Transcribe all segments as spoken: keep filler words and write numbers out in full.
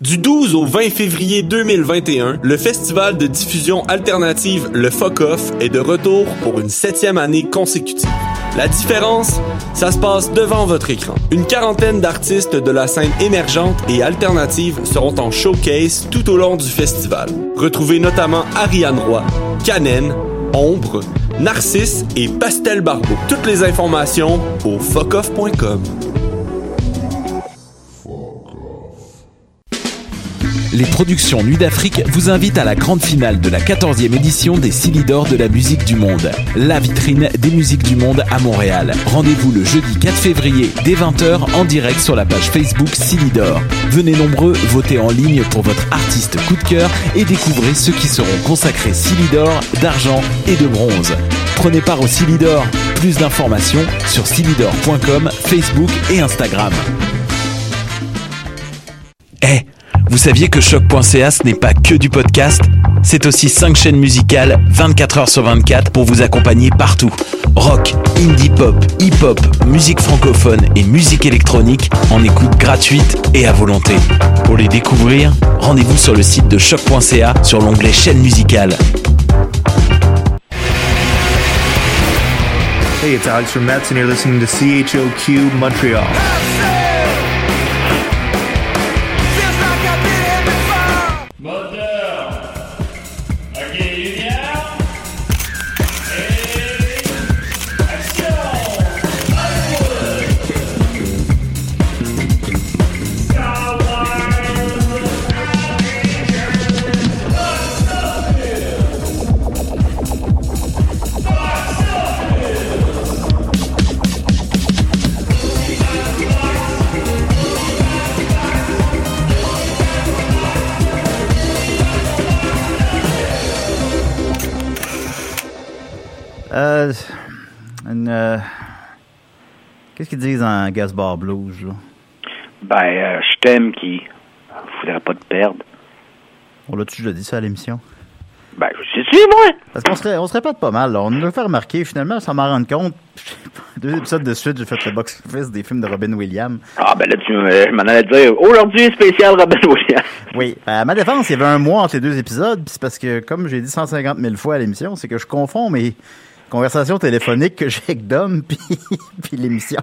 Du douze au vingt février deux mille vingt et un, le festival de diffusion alternative Le Fuck Off est de retour pour une septième année consécutive. La différence, ça se passe devant votre écran. Une quarantaine d'artistes de la scène émergente et alternative seront en showcase tout au long du festival. Retrouvez notamment Ariane Roy, Kanen, Ombre, Narcisse et Pastel Barbeau. Toutes les informations au fuck off point com. Les productions Nuit d'Afrique vous invitent à la grande finale de la quatorzième édition des Silidor de la musique du monde. La vitrine des musiques du monde à Montréal. Rendez-vous le jeudi quatre février dès vingt heures en direct sur la page Facebook Silidor. Venez nombreux voter en ligne pour votre artiste coup de cœur et découvrez ceux qui seront consacrés Silidor, d'argent et de bronze. Prenez part au Silidor. Plus d'informations sur silidor point com, Facebook et Instagram. Eh hey, vous saviez que choc point c a ce n'est pas que du podcast? C'est aussi cinq chaînes musicales vingt-quatre heures sur vingt-quatre pour vous accompagner partout. Rock, indie pop, hip-hop, musique francophone et musique électronique en écoute gratuite et à volonté. Pour les découvrir, rendez-vous sur le site de choc point c a sur l'onglet chaîne musicale. Hey, it's Alex from Metz and you're listening to C H O Q Montreal. Euh, une, euh, qu'est-ce qu'ils disent en Gas Bar Blues, là? Ben, euh, je t'aime qui faudrait pas te perdre. On l'a-tu déjà dit ça à l'émission? Ben, je sais, moi! Parce qu'on se, on se répète pas mal, là. On nous l'a fait remarquer, finalement, sans m'en rendre compte. Deux épisodes de suite, j'ai fait le box-office des films de Robin Williams. Ah, ben là, tu je m'en allais dire, aujourd'hui, spécial Robin Williams. Oui. À ma défense, il y avait un mois entre les deux épisodes, pis c'est parce que, comme j'ai dit cent cinquante mille fois à l'émission, c'est que je confonds mes conversations téléphoniques que j'ai avec Dom pis, pis l'émission.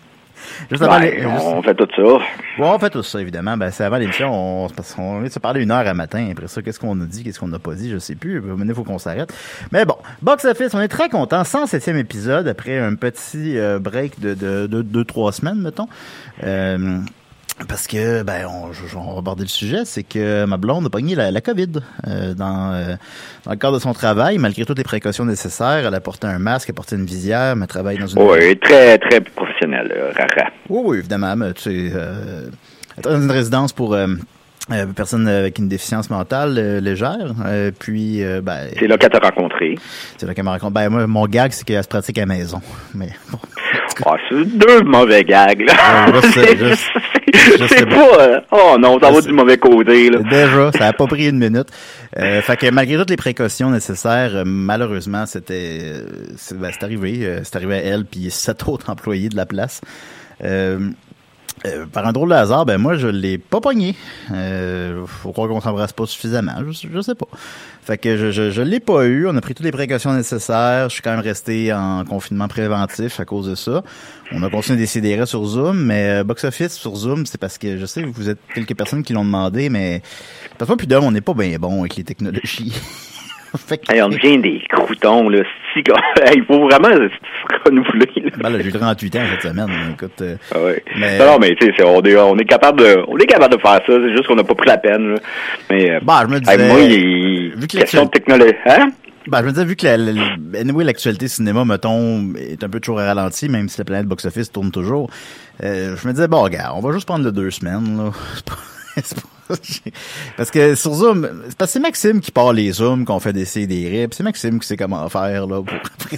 Juste avant ben, les, on juste... fait tout ça. Ouais, on fait tout ça, évidemment. Ben, c'est avant l'émission, on, on vient de se parler une heure à matin. Après ça, qu'est-ce qu'on a dit, qu'est-ce qu'on n'a pas dit, je sais plus. Il faut qu'on s'arrête. Mais bon, Box Office, on est très contents. cent septième épisode, après un petit euh, break de, de, de deux, trois semaines, mettons. Euh, Parce que, ben, on, je, on va aborder le sujet, c'est que ma blonde a pogné la, la COVID euh, dans, euh, dans le cadre de son travail. Malgré toutes les précautions nécessaires, elle a porté un masque, elle a porté une visière, mais elle travaille dans une... Oui, très, très professionnel, euh, rara. Oui, oui, évidemment. Mais, tu sais, euh, elle travaille dans une résidence pour... Euh, Euh, personne avec une déficience mentale euh, légère. Euh, puis, euh, ben... C'est là qu'elle t'a rencontré. C'est là qu'elle m'a rencontré. Ben, moi, mon gag, c'est qu'elle se pratique à la maison. Mais, bon. Oh, c'est deux mauvais gags, là. Euh, je sais, je, je, je c'est sais pas... Euh, oh non, ça va du mauvais côté, là. Déjà, ça a pas pris une minute. Euh, fait que malgré toutes les précautions nécessaires, euh, malheureusement, c'était... Euh, c'est, ben, c'est arrivé. Euh, c'est arrivé à elle puis sept autres employés de la place. Euh... Euh, par un drôle de hasard, ben moi je l'ai pas pogné. Euh, faut croire qu'on s'embrasse pas suffisamment, je, je sais pas. Fait que je, je je l'ai pas eu. On a pris toutes les précautions nécessaires. Je suis quand même resté en confinement préventif à cause de ça. On a continué à décider sur Zoom, mais euh, Box Office sur Zoom, c'est parce que je sais que vous êtes quelques personnes qui l'ont demandé, mais parce que moi puis d'homme, on n'est pas bien bon avec les technologies. Fait que... hey, on devient des croutons, là. Si, il faut vraiment se renouveler. Là. Ben là, j'ai trente-huit ans cette semaine. Écoute, euh, ah ouais. mais... Non, non, mais tu sais, on est, on est capable de, on est capable de faire ça. C'est juste qu'on n'a pas pris la peine. Là. Mais, bah, je me disais, hey, moi, il vu que question de technologie, hein? Ben, je me disais, vu que la, la, anyway, l'actualité cinéma, mettons, est un peu toujours ralenti, même si la planète box-office tourne toujours, euh, je me disais, bon, regarde, on va juste prendre le deux semaines, là. C'est pas, c'est pas, parce que sur Zoom, c'est parce que c'est Maxime qui part les Zooms, qu'on fait des C D R I P, c'est Maxime qui sait comment faire, là, pour, après,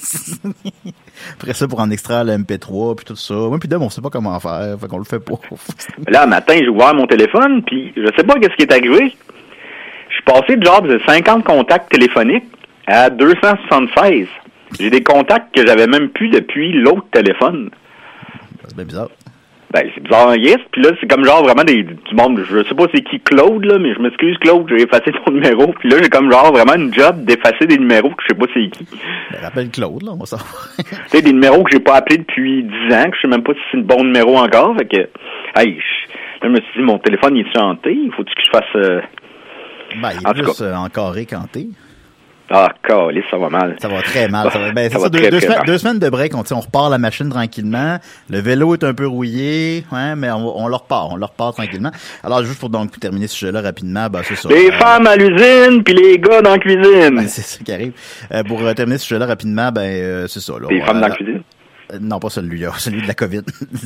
après ça, pour en extraire le M P trois, puis tout ça. Moi, puis Dom, on sait pas comment faire, fait qu'on le fait pas. Là, un matin, j'ai ouvert mon téléphone, puis je sais pas qu'est-ce qui est arrivé. Je suis passé de genre de cinquante contacts téléphoniques à deux cent soixante-seize. J'ai des contacts que j'avais même plus depuis l'autre téléphone. C'est bien bizarre. Ben, c'est bizarre, yes. Puis là, c'est comme genre vraiment des, du monde. Je sais pas c'est qui Claude, là, mais je m'excuse, Claude, j'ai effacé ton numéro. Puis là, j'ai comme genre vraiment une job d'effacer des numéros que je sais pas c'est qui. Ben, rappelle Claude, là, on va savoir. Tu sais, des numéros que j'ai pas appelés depuis dix ans, que je sais même pas si c'est le bon numéro encore. Fait que, hey, je, là, je me suis dit, mon téléphone, il est hanté. Il faut-tu que je fasse... Euh... Ben, il est en plus euh, encarré qu'hanté. Ah, calisse, ça va mal. Ça va très mal. Ça va, ben, ça c'est va ça, deux, très, deux, très semaines, mal. deux semaines de break, on, on repart la machine tranquillement. Le vélo est un peu rouillé, ouais, mais on, on le repart, on le repart tranquillement. Alors, juste pour donc terminer ce sujet-là rapidement, ben, c'est ça. Les euh, femmes à l'usine, puis les gars dans la cuisine. Ben, c'est ça qui arrive. Euh, pour euh, terminer ce sujet-là rapidement, ben, euh, c'est ça, là. Les On- femmes euh, dans la cuisine. Euh, Non, pas celui-là, celui de la COVID.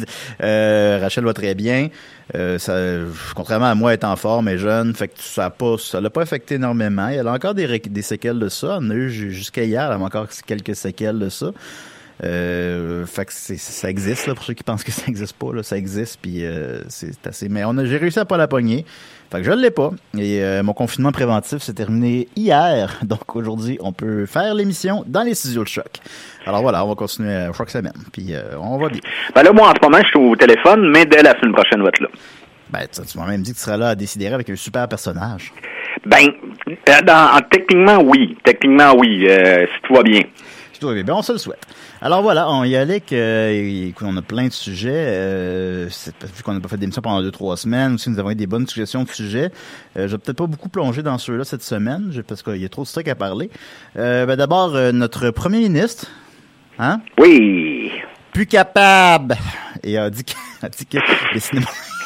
euh, Rachel va très bien. Euh, ça, contrairement à moi, elle est en forme, elle est jeune, fait que ça a pas, ça l'a pas affecté énormément. Elle a encore des, ré- des séquelles de ça. On a eu ju- jusqu'à hier, elle avait encore quelques séquelles de ça. Euh, fait que c'est, ça existe là pour ceux qui pensent que ça existe pas là, ça existe puis euh, c'est assez. Mais on a, j'ai réussi à pas la pogner. Fait que je l'ai pas. Et euh, mon confinement préventif s'est terminé hier. Donc aujourd'hui, on peut faire l'émission dans les studios de Choc. Alors voilà, on va continuer à chaque semaine. Puis euh, on va bien. Ben là, moi, en ce moment, je suis au téléphone, mais dès la semaine prochaine, va être là. Ben, tu, tu m'as même dit que tu serais là à décider avec un super personnage. Ben, euh, dans, en, techniquement, oui. Techniquement, oui. Euh, si tout va bien. Si tout va bien, ben, on se le souhaite. Alors voilà, on y allait que, euh, écoute, on a plein de sujets. Euh, c'est, vu qu'on n'a pas fait d'émission pendant deux, trois semaines, aussi nous avons eu des bonnes suggestions de sujets. Euh, je vais peut-être pas beaucoup plonger dans ceux-là cette semaine, parce qu'il y a trop de stock à parler. Euh, ben d'abord, euh, notre premier ministre, hein? Oui. Plus capable! Et a dit que, a dit que les cinémas...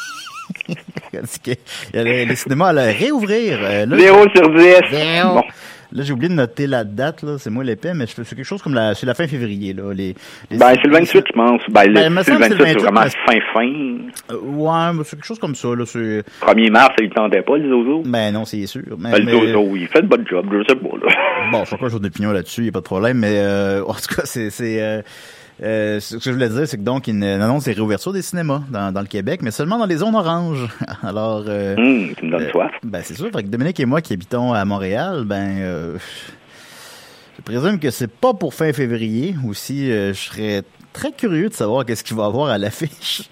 il a dit que les, les cinémas allaient réouvrir. Euh, là, Zéro sur dix. Zéro. Bon. Là, j'ai oublié de noter la date, là. C'est moi l'épais, mais je fais- c'est quelque chose comme la, c'est la fin février, là. Les, les Ben, c'est le vingt-huit, je pense. Ben, le, Ben, il me c'est le semble que vingt-huit, c'est le c'est vraiment vingt-huit, fin-fin. Euh, ouais, mais c'est quelque chose comme ça, là. C'est, premier mars, il tentait pas, le zozo. ben, non, c'est sûr. Mais, Ben, le mais- zozo, il fait de bon job, je sais pas, là. bon, chacun a d'opinion là-dessus, il n'y a pas de problème, mais, euh, en tout cas, c'est, c'est, euh, Euh, ce que je voulais dire, c'est que donc, il annonce des réouvertures des cinémas dans, dans le Québec, mais seulement dans les zones oranges. Alors, euh, mmh, tu me donnes euh, soif. Ben, c'est sûr. Fait que Dominique et moi qui habitons à Montréal, ben, euh, je présume que c'est pas pour fin février. Aussi, euh, je serais très curieux de savoir qu'est-ce qu'il va y avoir à l'affiche.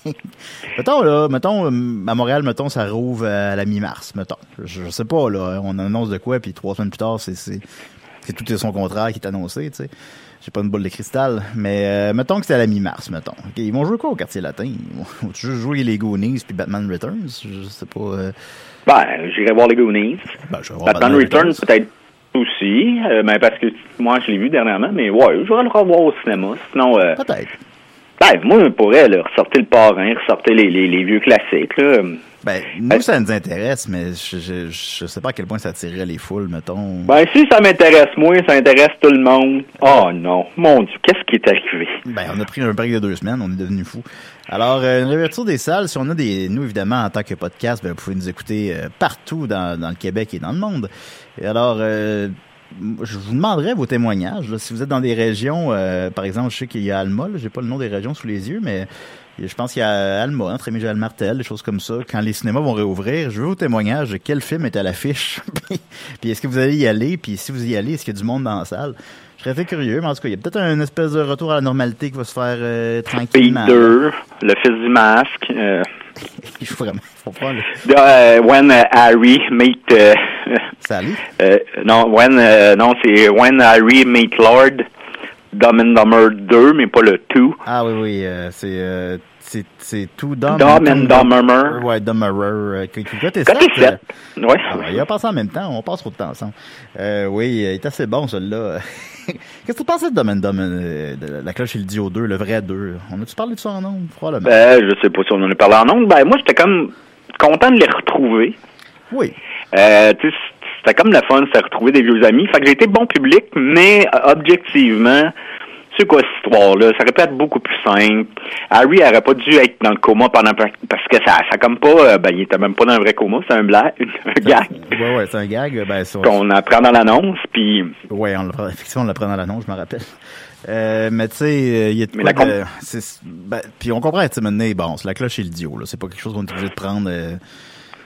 mettons, là, mettons, à Montréal, mettons, ça rouvre à la mi-mars, mettons. Je, je sais pas, là, on annonce de quoi, puis trois semaines plus tard, c'est, c'est, c'est tout son contrat qui est annoncé, tu sais. J'ai pas une boule de cristal, mais euh, mettons que c'est à la mi-mars, mettons. Okay, ils vont jouer quoi au Quartier Latin? Ils vont, vont juste jouer les Goonies puis Batman Returns? Je sais pas. Euh... Ben, j'irai voir les Goonies. Ben, je vais voir Batman, Batman Returns, peut-être aussi, euh, ben, parce que moi, je l'ai vu dernièrement, mais ouais, je vais le revoir au cinéma. Sinon, euh, peut-être. Ben, moi, je pourrais, là, ressortir le parrain, ressortir les, les, les vieux classiques, là. Ben, nous, ça nous intéresse, mais je, je, je sais pas à quel point ça attirerait les foules, mettons. Ben, si ça m'intéresse moi, ça intéresse tout le monde. Oh non, mon Dieu, qu'est-ce qui est arrivé? Ben, on a pris un break de deux semaines, on est devenus fous. Alors, euh, une réouverture des salles, si on a des... Nous, évidemment, en tant que podcast, ben, vous pouvez nous écouter euh, partout dans, dans le Québec et dans le monde. Et alors, euh, je vous demanderais vos témoignages. Là, si vous êtes dans des régions, euh, par exemple, je sais qu'il y a Alma, là, j'ai pas le nom des régions sous les yeux, mais je pense qu'il y a Alma, hein, Trémigal-Martel, des choses comme ça. Quand les cinémas vont réouvrir, je veux vos témoignages de quel film est à l'affiche. Puis est-ce que vous allez y aller? Puis si vous y allez, est-ce qu'il y a du monde dans la salle? Je serais très curieux, mais en tout cas, il y a peut-être un espèce de retour à la normalité qui va se faire euh, tranquillement. Peter, le fils du masque. Euh... Il faut vraiment... Faut pas, le... uh, when uh, Harry meet... Uh, Salut? Uh, non, when, uh, non, c'est When Harry meet Lord, Dumb and Dumber deux, mais pas le deux. Ah oui, oui, euh, c'est... Euh, c'est, c'est tout Dumb, Dumb and Dumber. Ouais, Dumberer. Euh, côté sept. Euh, ouais. Ah, il va passer en même temps, on passe trop de temps ensemble. Euh, oui, il est assez bon, celui-là. Qu'est-ce que tu pensais de Dumb and Dumber, euh, de la cloche et le Dio deux, le vrai deux? On a-tu parlé de ça en ondes? Probablement. Ben, je sais pas si on en a parlé en ondes. Ben, moi, j'étais comme content de les retrouver. Oui. Euh, tu sais, c'était comme le fun, c'était retrouver des vieux amis. Fait que j'ai été bon public, mais euh, objectivement, c'est quoi cette histoire-là? Ça aurait pu être beaucoup plus simple. Harry aurait pas dû être dans le coma pendant parce que ça, ça comme pas, euh, ben il était même pas dans un vrai coma, c'est un blague, un gag. Ouais, ouais, c'est un gag. Ben, c'est... qu'on apprend dans l'annonce, puis. Ouais, on l'apprend, effectivement, on l'apprend dans l'annonce, je me rappelle. Euh, mais tu sais, il y a de mais quoi la com- de, c'est, ben, puis on comprend, tu sais, maintenant, bon, c'est la cloche et le dio, là. C'est pas quelque chose qu'on est obligé de prendre. Euh,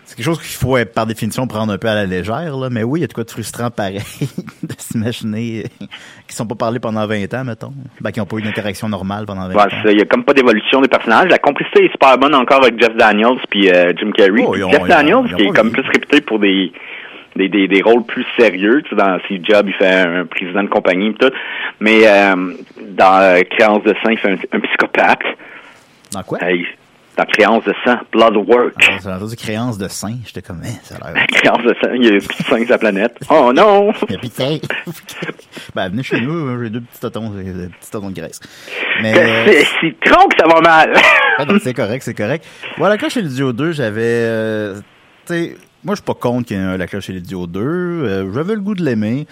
C'est quelque chose qu'il faut, par définition, prendre un peu à la légère, là. Mais oui, il y a de quoi de frustrant pareil de s'imaginer qu'ils sont pas parlé pendant vingt ans, mettons. Ben, qu'ils n'ont pas eu d'interaction normale pendant vingt ouais, ans. Il y a comme pas d'évolution des personnages. La complicité est super bonne encore avec Jeff Daniels puis euh, Jim Carrey. Oh, ont, Jeff Daniels, ont, ont, qui ont est comme plus réputé pour des, des, des, des rôles plus sérieux. Tu sais, dans ses jobs, il fait un, un président de compagnie et tout. Mais euh, dans euh, Créance de sang, il fait un, un psychopathe. Dans quoi? Euh, Dans Créance de sang, Blood Work. Ah, j'ai entendu Créance de sang. J'étais comme, eh, ça a l'air. Créance de sang, il y a plus de sang que sa planète. Oh non! Il y a pitié. Ben, venez chez nous, j'ai deux petits totons, j'ai deux petits totons de graisse. Mais. C'est, c'est trop que ça va mal! Ah non, c'est correct, c'est correct. Voilà, La Cloche et l'Idiot deux, j'avais. Euh, tu sais, moi, je suis pas contre qu'il y ait La Cloche et l'Idiot deux. Euh, j'avais le goût de l'aimer.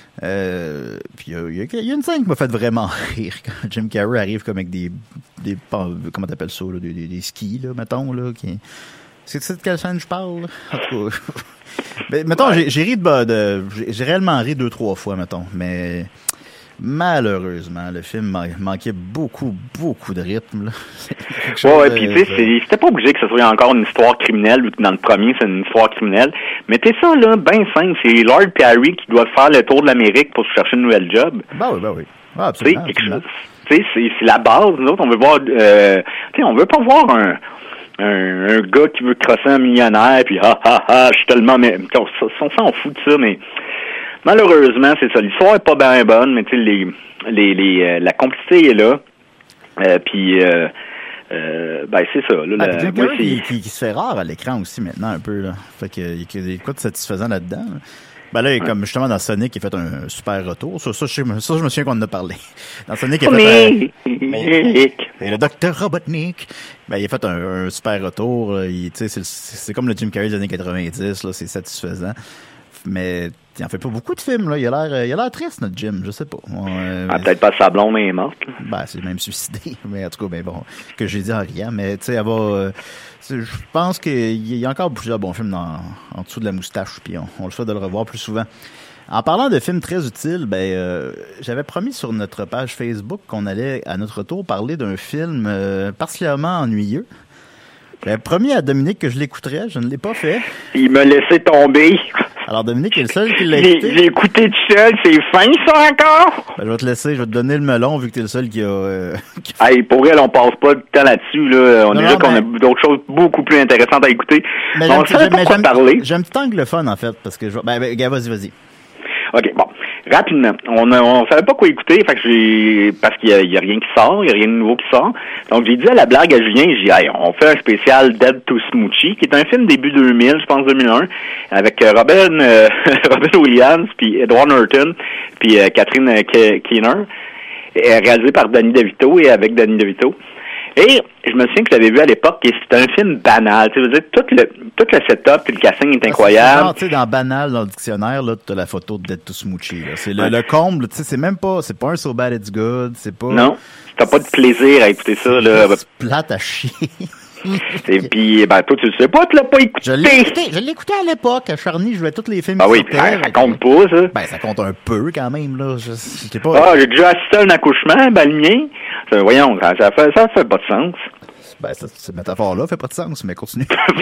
Euh, puis il euh, y, y a une scène qui m'a fait vraiment rire quand Jim Carrey arrive comme avec des, des comment t'appelles ça là, des, des, des skis là, mettons là. Qui... C'est, c'est de quelle scène je parle là? En tout cas, mais, mettons, ouais. j'ai, j'ai ri de, de j'ai, j'ai réellement ri deux trois fois mettons, mais malheureusement le film man- manquait beaucoup beaucoup de rythme là. Ouais, ouais, puis tu sais, c'est, c'était pas obligé que ce soit encore une histoire criminelle, vu que dans le premier c'est une histoire criminelle. Mettez ça là, ben simple, c'est Lord et Harry qui doivent faire le tour de l'Amérique pour se chercher une nouvelle job. Ben oui, ben oui. Ah, absolument. Tu sais, c'est, c'est la base. Nous autres, on veut voir, euh, tu sais, on veut pas voir un, un, un gars qui veut crosser un millionnaire, puis ah ah ah, je suis tellement, mais on, on s'en fout de ça, mais malheureusement, c'est ça. L'histoire est pas bien bonne, mais tu sais, les, les, les, euh, la complicité est là. Euh, puis, euh, euh, ben c'est ça. Là, ah, la, Jim moi, Carrey qui, qui, qui se fait rare à l'écran aussi maintenant un peu là. Fait que il y a quoi de satisfaisant là-dedans. Là. Ben là, il est comme justement dans Sonic, il a fait un super retour. Ça, ça, je, ça je me souviens qu'on en a parlé. Dans Sonic, il a fait un... Et le docteur Robotnik, ben, il a fait un, un super retour. Il, c'est, c'est, c'est comme le Jim Carrey des années quatre-vingt-dix, là, c'est satisfaisant. Mais il en fait pas beaucoup de films, là. Il a l'air, il a l'air triste, notre Jim, je sais pas. On, euh, ah, peut-être pas sa blonde est morte. Ben, c'est même suicidé. Mais en tout cas, ben bon, que j'ai dit en riant. Mais tu sais, elle va... Euh, je pense qu'il y a encore plusieurs bons films dans, en dessous de la moustache, puis on, on le souhaite de le revoir plus souvent. En parlant de films très utiles, ben euh, j'avais promis sur notre page Facebook qu'on allait à notre tour parler d'un film euh, particulièrement ennuyeux. J'avais promis à Dominique que je l'écouterais, je ne l'ai pas fait. Il m'a laissé tomber. Alors Dominique est le seul qui l'a j'ai, écouté. J'ai écouté tout seul, c'est fin ça encore? Ben, je vais te laisser, je vais te donner le melon vu que t'es le seul qui a... Euh, qui... Hey, pour elle, on passe pas de temps là-dessus, là. On non, est non, là qu'on mais... a d'autres choses beaucoup plus intéressantes à écouter. Mais on ne savait pas quoi parler. J'ai un petit anglophone en fait, parce que je... Ben, ben gars, vas-y, vas-y. OK, bon. Rapidement. On a, on savait pas quoi écouter, fait que j'ai, parce qu'il y a, il y a rien qui sort, il y a rien de nouveau qui sort. Donc, j'ai dit à la blague à Julien, j'ai dit, hey, on fait un spécial Dead to Smoochie, qui est un film début deux mille, je pense deux mille un, avec Robin, euh, Robin Williams, puis Edward Norton, puis euh, Catherine Ke- Keener, réalisé par Danny DeVito et avec Danny DeVito. Et je me souviens que je l'avais vu à l'époque et c'était un film banal. Tu veux dire, tout le, tout le setup et le casting est incroyable. Tu sais, dans banal, dans le dictionnaire, là, t'as la photo de Dead to Smoochie, là. C'est le, ouais. le comble, tu sais, c'est même pas, c'est pas un So Bad It's Good, c'est pas... Non. T'as pas de plaisir à écouter ça, là. C'est plate à chier. Et puis, ben, toi, tu le sais pas, tu l'as pas écouté. Je l'ai écouté, je l'ai écouté à l'époque. À Charny, je jouais tous les films. Ah oui, puis, ça compte pas, ça. Ben, ça compte un peu, quand même, là. Je, je pas... Ah, j'ai déjà assisté à un accouchement, ben, le mien. Ça, voyons, ça, ça fait, ça fait pas de sens. Ben, ça, cette métaphore-là fait pas de sens, mais continue.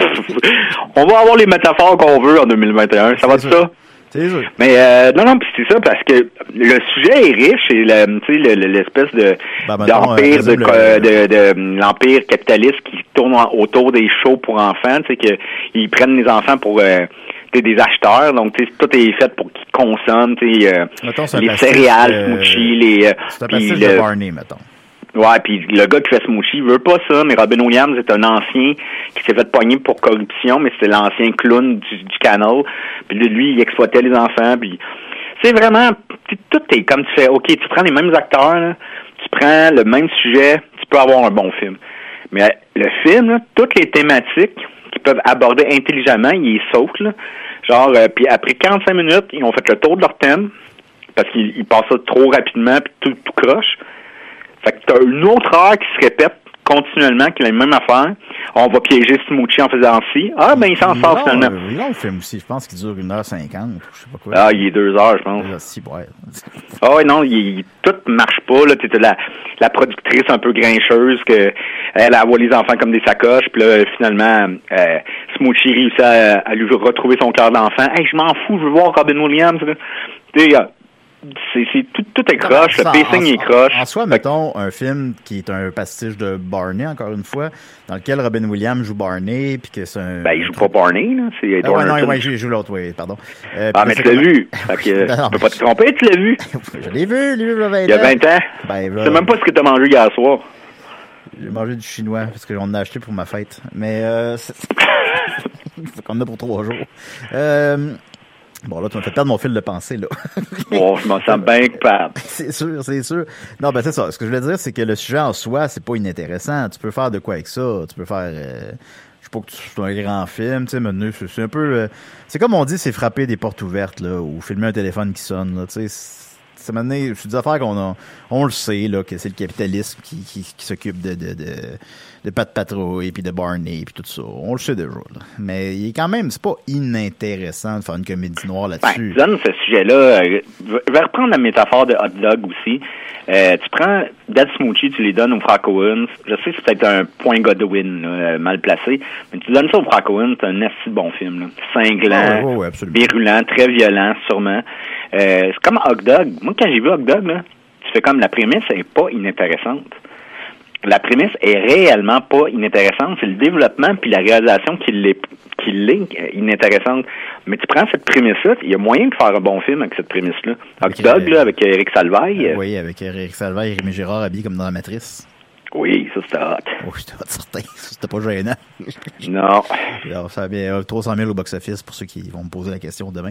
On va avoir les métaphores qu'on veut en deux mille vingt et un. Ça va de ça? C'est sûr. Mais euh, non, non, puis c'est ça, parce que le sujet est riche et le, tu sais, le, l'espèce de ben, d'empire de, le... de, de, de l'empire capitaliste qui tourne autour des shows pour enfants, tu sais, que ils prennent les enfants pour euh, des acheteurs, donc tu sais, tout est fait pour qu'ils consomment, tu sais, euh, les céréales, euh, Smoochie, les... Euh, c'est un passage de Barney, mettons. Ouais, puis le gars qui fait Smoochie veut pas ça, mais Robin Williams est un ancien qui s'est fait pogner pour corruption, mais c'était l'ancien clown du, du canal. Puis lui, il exploitait les enfants, puis c'est vraiment, tout est comme tu fais, ok, tu prends les mêmes acteurs, là, tu prends le même sujet, tu peux avoir un bon film. Mais le film, là, toutes les thématiques qu'ils peuvent aborder intelligemment, ils sautent, là. Genre, euh, puis après quarante-cinq minutes, ils ont fait le tour de leur thème, parce qu'ils ils passent ça trop rapidement, puis tout, tout croche. Fait que t'as une autre heure qui se répète continuellement qu'il a la même affaire. On va piéger Smoochie en faisant ci. Ah, ben, il s'en sort finalement. Euh, il a le film aussi. Je pense qu'il dure une heure cinquante. Je sais pas quoi. Ah, il est deux heures, je pense. Ah, si, ouais. Ah, ouais, non, il, tout marche pas, là. T'es la, la productrice un peu grincheuse que, elle, elle voit les enfants comme des sacoches, puis là, finalement, euh, Smoochie réussit à, à lui retrouver son cœur d'enfant. Hey, je m'en fous, je veux voir Robin Williams, là. Tu sais, C'est, c'est tout, tout est croche, le pacing est croche. En soi, mettons un film qui est un pastiche de Barney, encore une fois, dans lequel Robin Williams joue Barney, puis que c'est un... Ben, il joue pas Barney, là, c'est Edward ah, ouais, non, ouais, il joue l'autre, oui, pardon. Euh, ah, mais tu l'as vu, fait que, tu peux pas te tromper, tu l'as vu. Je l'ai vu, je l'ai vu, il y a vingt ans. Ben, je sais même pas ce que t'as mangé hier soir. J'ai mangé du chinois, parce qu'on en a acheté pour ma fête, mais euh... c'est... qu'on en a pour trois jours. Euh... Bon, là, tu m'as fait perdre mon fil de pensée, là. Bon, je m'en sens bien coupable. C'est sûr, c'est sûr. Non, ben, c'est ça. Ce que je voulais dire, c'est que le sujet en soi, c'est pas inintéressant. Tu peux faire de quoi avec ça? Tu peux faire, euh, je sais pas que tu c'est un grand film, tu sais, maintenant, c'est, c'est un peu, euh, c'est comme on dit, c'est frapper des portes ouvertes, là, ou filmer un téléphone qui sonne, là, tu sais. C'est maintenant, c'est des affaires qu'on a, on le sait, là, que c'est le capitalisme qui, qui, qui s'occupe de, de, de, de Pat Patrouille, puis de Barney, puis tout ça. On le sait déjà, là. Mais il est quand même, c'est pas inintéressant de faire une comédie noire là-dessus. Ben, donne ce sujet-là. Euh, je vais reprendre la métaphore de hot dog aussi. Euh, tu prends Dead Smoochie, tu les donnes aux Franco-Owens. Je sais que c'est peut-être un point Godwin, là, mal placé, mais tu donnes ça aux Franco-Owens, c'est un assez bon film, là. Cinglant, oh, ouais, ouais, virulent, très violent, sûrement. Euh, c'est comme Hot Dog. Moi, quand j'ai vu Hot Dog, là, tu fais comme la prémisse est pas inintéressante. La prémisse est réellement pas inintéressante. C'est le développement puis la réalisation qui l'est, qui l'est inintéressante. Mais tu prends cette prémisse-là, il y a moyen de faire un bon film avec cette prémisse-là. Hot avec, Dog, euh, là, avec Éric Salvaille. Euh, oui, avec Éric Salvaille et Rémi Girard habillés comme dans La Matrice. Oui, ça c'était hot. Oui, c'était hot, certain. C'était pas gênant. Non. Alors, ça a bien trois cent mille au box-office pour ceux qui vont me poser la question demain.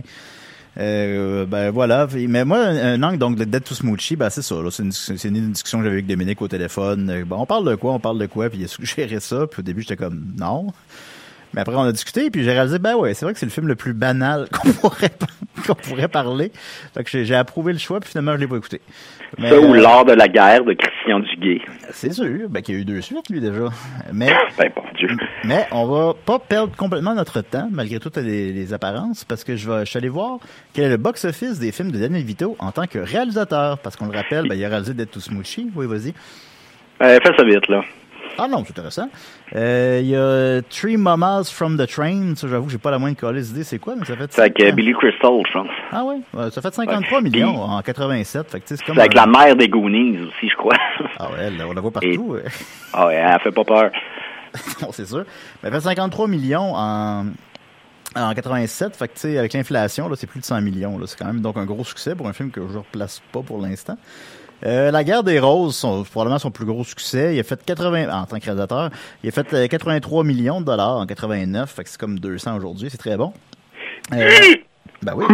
Euh, ben voilà, mais moi un angle donc de Dead to Smoochie, ben c'est ça là, c'est une, c'est une discussion que j'avais avec Dominique au téléphone. Bon, on parle de quoi, on parle de quoi, puis il a suggéré ça, puis au début j'étais comme non. Mais après, on a discuté, puis j'ai réalisé, ben ouais, c'est vrai que c'est le film le plus banal qu'on pourrait, qu'on pourrait parler. Fait que j'ai, j'ai approuvé le choix, puis finalement, je l'ai pas écouté. Mais, ça ou euh, L'art de la guerre de Christian Duguay. C'est sûr, ben qu'il y a eu deux suites, lui, déjà. Mais, ben, bon Dieu. Mais on va pas perdre complètement notre temps, malgré toutes les, les apparences, parce que je vais, je suis allé voir quel est le box-office des films de Daniel Vito en tant que réalisateur. Parce qu'on le rappelle, ben, il a réalisé Dead to Smoochie. Oui, vas-y. Euh, fais ça vite, là. Ah non, c'est intéressant. Euh, il y a Three Mamas from the Train. Ça, j'avoue, j'ai pas la moindre calice idée c'est quoi, mais ça fait... C'est avec euh, Billy Crystal, je pense. Ah ouais? Ça fait cinquante-trois ouais. millions en quatre-vingt-sept. Fait que, c'est comme c'est avec un... la mère des Goonies aussi, je crois. Ah ouais, elle, on la voit partout. Et... Ah ouais, elle fait pas peur. Non, c'est sûr. Mais elle fait cinquante-trois millions en... En quatre-vingt-sept, fait que, tu sais, avec l'inflation, là, c'est plus de cent millions. Là. C'est quand même donc un gros succès pour un film que je ne replace pas pour l'instant. Euh, La Guerre des Roses, son, probablement son plus gros succès. Il a fait quatre-vingts, en tant que réalisateur, il a fait euh, quatre-vingt-trois millions de dollars en quatre-vingt-neuf, fait que c'est comme deux cents aujourd'hui, c'est très bon. Euh, ben oui.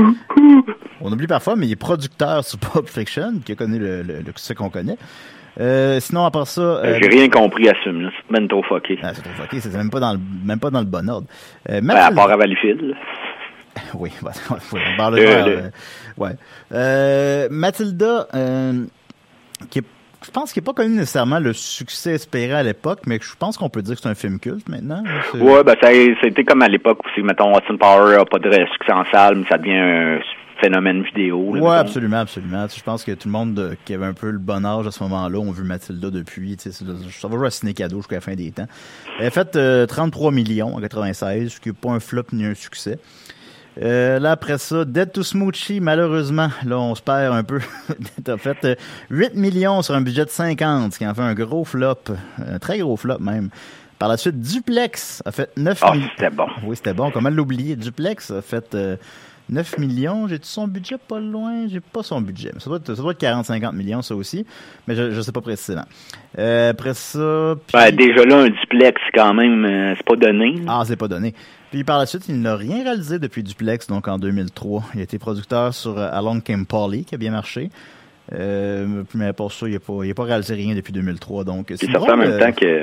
On oublie parfois, mais il est producteur sur Pulp Fiction, qui a connu le, le, le succès qu'on connaît. Euh, sinon, à part ça... Euh, J'ai rien compris à ce film-là. C'est même trop fucké. Ah, c'est trop fucké. C'est même pas dans le, même pas dans le bon ordre. Euh, ben, à part à Valleyfield. Oui, bah, ouais, on parle de... Euh, ouais. Euh, Mathilda... Euh, qui est, je pense qu'il n'est pas connu nécessairement le succès espéré à l'époque, mais je pense qu'on peut dire que c'est un film culte maintenant. C'est... Ouais, ben ça a été comme à l'époque où, c'est, mettons, Austin Power n'a pas de succès en salle, mais ça devient un phénomène vidéo. Là, ouais, absolument, absolument. Je pense que tout le monde euh, qui avait un peu le bon âge à ce moment-là ont vu Mathilda depuis. Ça va jouer à ciné cadeau jusqu'à la fin des temps. Elle a fait euh, trente-trois millions en quatre-vingt-seize, ce qui n'est pas un flop ni un succès. Euh, là, après ça, Dead to Smoochie, malheureusement, là, on se perd un peu. T'as fait euh, huit millions sur un budget de cinquante, ce qui en fait un gros flop, un très gros flop même. Par la suite, Duplex a fait neuf millions. Ah, c'était bon. Oui, c'était bon. Comment l'oublier? Duplex a fait euh, neuf millions. J'ai-tu son budget pas loin? J'ai pas son budget. Ça doit être, ça doit être quarante à cinquante millions, ça aussi. Mais je, je sais pas précisément. Euh, après ça... Puis... Ben, déjà là, un Duplex, quand même, euh, c'est pas donné. Ah, c'est pas donné. Puis par la suite, il n'a rien réalisé depuis Duplex, donc en deux mille trois. Il a été producteur sur uh, Along Came Polly, qui a bien marché. Euh, mais pour ça, il n'a pas, pas réalisé rien depuis deux mille trois. Donc, il est sorti en même euh... temps que...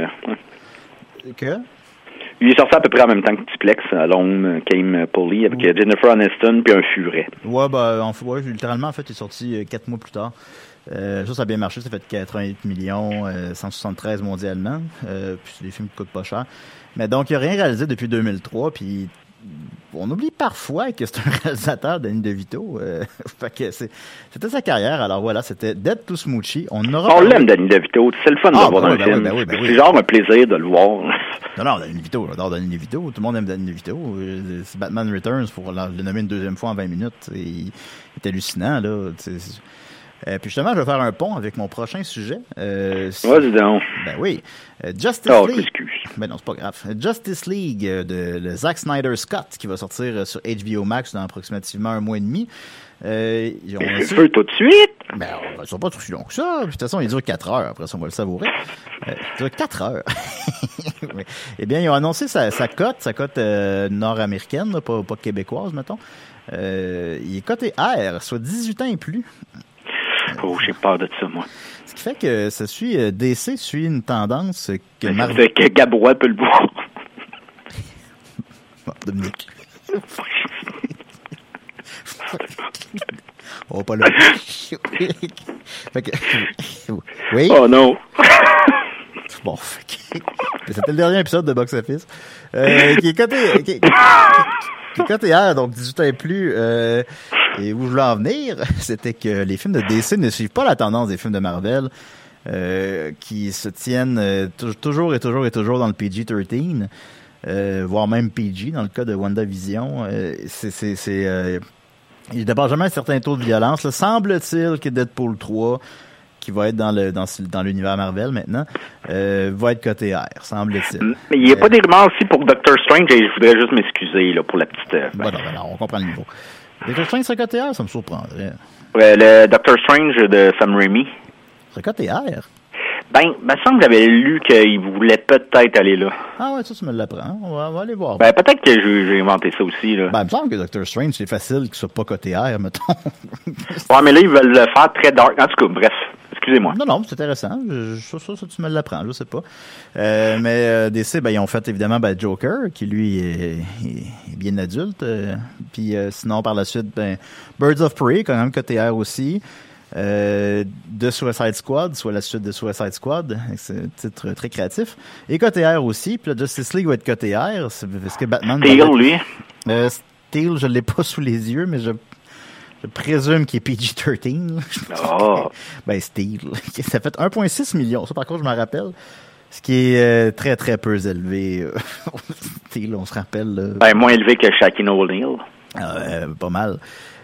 Que? Il est sorti à peu près en même temps que Duplex, Along Came Polly, avec ouais. Jennifer Aniston puis un furet. Ouais, ben, en, ouais, littéralement, en fait, il est sorti euh, quatre mois plus tard. Euh, ça, ça a bien marché. Ça fait quatre-vingt-huit millions, euh, cent soixante-treize mondialement. Euh, puis c'est des films qui coûtent pas cher. Mais donc, il n'a rien réalisé depuis deux mille trois. Puis on oublie parfois que c'est un réalisateur, Danny DeVito. Euh, fait que c'est, c'était sa carrière. Alors voilà, c'était Dead to Smoochy. On, aura on l'aime, Danny DeVito. C'est le fun ah, de le voir ben dans oui, le ben film. oui, ben oui, ben oui. C'est genre un plaisir de le voir. Non, non, Danny DeVito, j'adore Danny DeVito. Tout le monde aime Danny DeVito. C'est Batman Returns pour le nommer une deuxième fois en vingt minutes. Il est hallucinant, là. C'est, c'est... Euh, puis justement, je vais faire un pont avec mon prochain sujet. Euh, si... Vas-y donc. Ben oui. Euh, Justice oh, League. Excuse. Ben non, c'est pas grave. Justice League euh, de, de Zack Snyder Scott qui va sortir euh, sur H B O Max dans approximativement un mois et demi. Euh, on Je su... veux tout de suite. Ben, on ne sera pas trop long que ça. Puis, de toute façon, il dure quatre heures. Après ça, on va le savourer. Euh, il dure quatre heures. oui. Eh bien, ils ont annoncé sa, sa cote, sa cote euh, nord-américaine, là, pas, pas québécoise, mettons. Euh, il est coté R, soit dix-huit ans et plus. Oh, j'ai peur de ça, moi. Ce qui fait que ça suit, euh, D C suit une tendance que Marvel... Ça fait que Gabrois peut le voir. Bon, Dominique. On va pas le... fait que... Oui? Oh non! Bon, fait que... c'était le dernier épisode de Box Office. Euh, qui est coté... Qui, qui est coté R, donc dix-huit ans et plus... Euh... Et où je voulais en venir, c'était que les films de D C ne suivent pas la tendance des films de Marvel, euh, qui se tiennent euh, t- toujours et toujours et toujours dans le P G treize, euh, voire même P G dans le cas de WandaVision. Euh, c'est, c'est, c'est, euh, il dépasse jamais un certain taux de violence. Là. Semble-t-il que Deadpool trois, qui va être dans le dans, dans l'univers Marvel maintenant, euh, va être coté R, semble-t-il. Mais il n'y a euh, pas des rumeurs aussi pour Doctor Strange, et je voudrais juste m'excuser là, pour la petite... Euh, ben non, ben non, on comprend le niveau. Doctor Strange serait coté R, ça me surprendrait. Ouais, le Doctor Strange de Sam Raimi. Serait coté R? Ben, ben, il semble que j'avais lu qu'il voulait peut-être aller là. Ah ouais, ça, tu me l'apprends. On va, on va aller voir. Ben, peut-être que j'ai, j'ai inventé ça aussi, là. Ben, il me semble que Doctor Strange, c'est facile qu'il soit pas coté R, mettons. Ouais, mais là, ils veulent le faire très dark. En tout cas, bref. Excusez-moi. Non, non, c'est intéressant. Je, ça, ça, ça, tu me l'apprends, je sais pas. Euh, mais euh, D C, ben, ils ont fait évidemment ben, Joker, qui lui est, est, est bien adulte. Euh, puis euh, sinon, par la suite, ben, Birds of Prey, quand même côté R aussi. Euh, de Suicide Squad, soit la suite de Suicide Squad. C'est un titre très créatif. Et côté R aussi. Puis la Justice League va être côté R. C'est parce que Batman... Steel, lui. Euh, Steel, je l'ai pas sous les yeux, mais je... Je présume qu'il est P G treize. Oh. Ben, Steel. Ça fait un virgule six million. Ça, par contre, je m'en rappelle. Ce qui est euh, très, très peu élevé. Steel, on se rappelle. Là. Ben, moins élevé que Shaquille O'Neal. Euh, pas mal.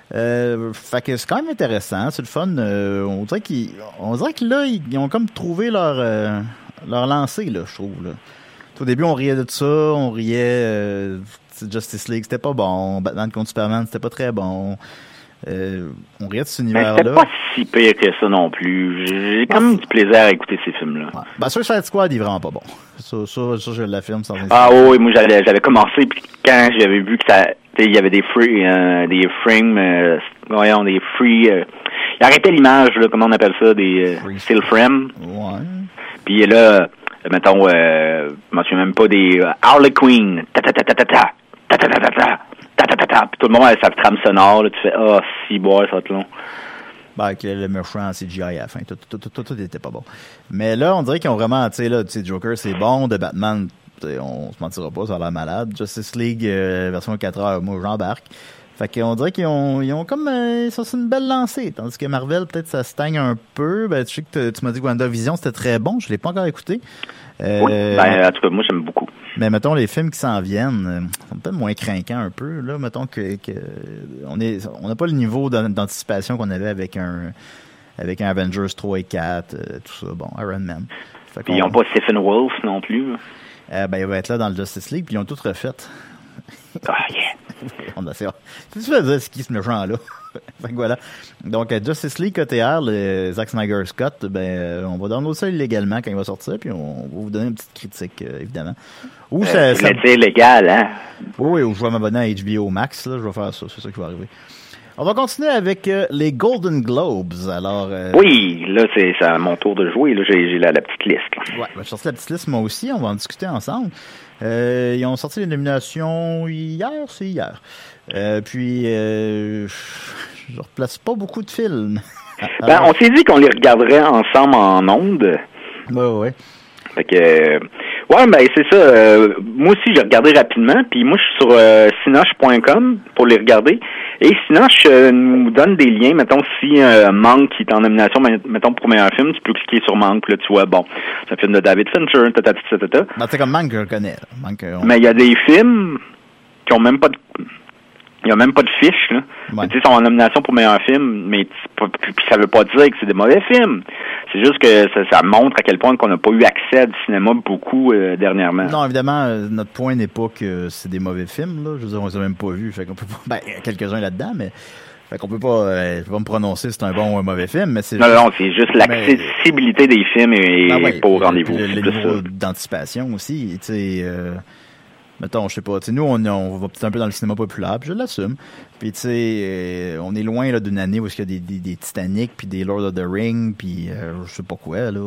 Euh, fait que c'est quand même intéressant. C'est le fun. Euh, on dirait qu'ils, on dirait que là, ils, ils ont comme trouvé leur, euh, leur lancée, là, je trouve, là. Au début, on riait de ça. On riait, euh, Justice League, c'était pas bon. Batman contre Superman, c'était pas très bon. Euh, on riait de cet univers-là. Mais c'était pas si pire que ça non plus. J'ai quand même du plaisir à écouter ces films-là. Ouais. Ben, Suicide Squad, il est vraiment pas bon. Ça, ça, ça je l'affirme sans Ah oui, moi j'avais, j'avais commencé, puis quand j'avais vu que ça, il y avait des free, euh, des frames, euh, voyons, des free, euh, il arrêtait l'image, là, comment on appelle ça, des euh, still frames. Ouais. Puis là, mettons, euh, je m'en souviens même pas, des euh, Harley Quinn, ta ta ta ta ta ta, ta ta ta ta ta. Ta, ta, ta, ta. Puis tout le monde a sa trame sonore, là, tu fais ah, oh, si, boire, ça va être long. Ben, avec le méchant en C G I à la fin, tout, tout, tout, tout, tout était pas bon. Mais là, on dirait qu'ils ont vraiment, tu sais, là, tu sais, Joker, c'est bon, de Batman, on se mentira pas, ça a l'air malade. Justice League, euh, version quatre heures, moi, j'embarque. Fait qu'on dirait qu'ils ont, ils ont comme, euh, ça, c'est une belle lancée. Tandis que Marvel, peut-être, ça stagne un peu. Ben, tu sais que tu m'as dit que WandaVision, c'était très bon, je l'ai pas encore écouté. Euh, oui, ben, en tout cas, moi, j'aime beaucoup. Mais mettons, les films qui s'en viennent, euh, sont peut-être moins craquants un peu. Là, mettons que, que on est, on n'a pas le niveau d'anticipation qu'on avait avec un, avec un Avengers trois et quatre, euh, tout ça. Bon, Iron Man. Puis ils n'ont pas Stephen Wolf non plus. Euh, ben, il va être là dans le Justice League, puis ils ont tout refait. Ah, yeah. On a fait. Tu veux dire ce qui ce méchant-là? Fait que voilà. Donc, Justice League côté R, le Zack Snyder Scott, ben, on va downloader ça illégalement quand il va sortir, puis on va vous donner une petite critique, euh, évidemment. Ou euh, ça, ça... C'est légal, hein? Oui, ou je vais m'abonner à H B O Max, là, je vais faire ça, c'est ça qui va arriver. On va continuer avec euh, les Golden Globes. Alors, euh... oui, là, c'est, c'est à mon tour de jouer. Là, j'ai, j'ai la, la petite liste. Là. Ouais, ben, je sorti la petite liste moi aussi. On va en discuter ensemble. Euh, ils ont sorti les nominations hier, c'est hier. Euh, puis, euh, je replace pas beaucoup de films. Ah, ben, on s'est dit qu'on les regarderait ensemble en ondes. Ouais, ouais. Fait que, euh, ouais, ben c'est ça. Euh, moi aussi, j'ai regardé rapidement. Puis moi, je suis sur euh, cinoche point com pour les regarder. Et Cinoche euh, nous donne des liens. Mettons, si euh, Manque qui est en nomination, mettons pour meilleur film, tu peux cliquer sur Manque. Puis là, tu vois, bon, c'est un film de David Fincher, tata, tata, tata. Ben, c'est comme Manque que je connais. Manque, on... Mais il y a des films qui ont même pas de... Il n'y a même pas de fiche, là. Ouais. Tu sais, ils sont en nomination pour meilleur film, mais puis ça veut pas dire que c'est des mauvais films. C'est juste que ça, ça montre à quel point qu'on n'a pas eu accès à du cinéma beaucoup euh, dernièrement. Non, évidemment, euh, notre point n'est pas que c'est des mauvais films, là. Je veux dire, on les a même pas vus. Fait qu'on peut pas... Ben, il y a quelques-uns là-dedans, mais... Fait qu'on peut pas, euh, je peux pas me prononcer si c'est un bon ou un mauvais film, mais c'est... Non, juste... non, c'est juste l'accessibilité mais... des films et ben ouais, pas au rendez-vous. Le, le niveau d'anticipation aussi, tu sais... Euh... Mettons, je sais pas, tu sais, nous, on, on va peut-être un peu dans le cinéma populaire, puis je l'assume. Puis, tu sais, euh, on est loin, là, d'une année où il y a des, des, des Titanic, puis des Lord of the Rings, puis euh, je sais pas quoi, là.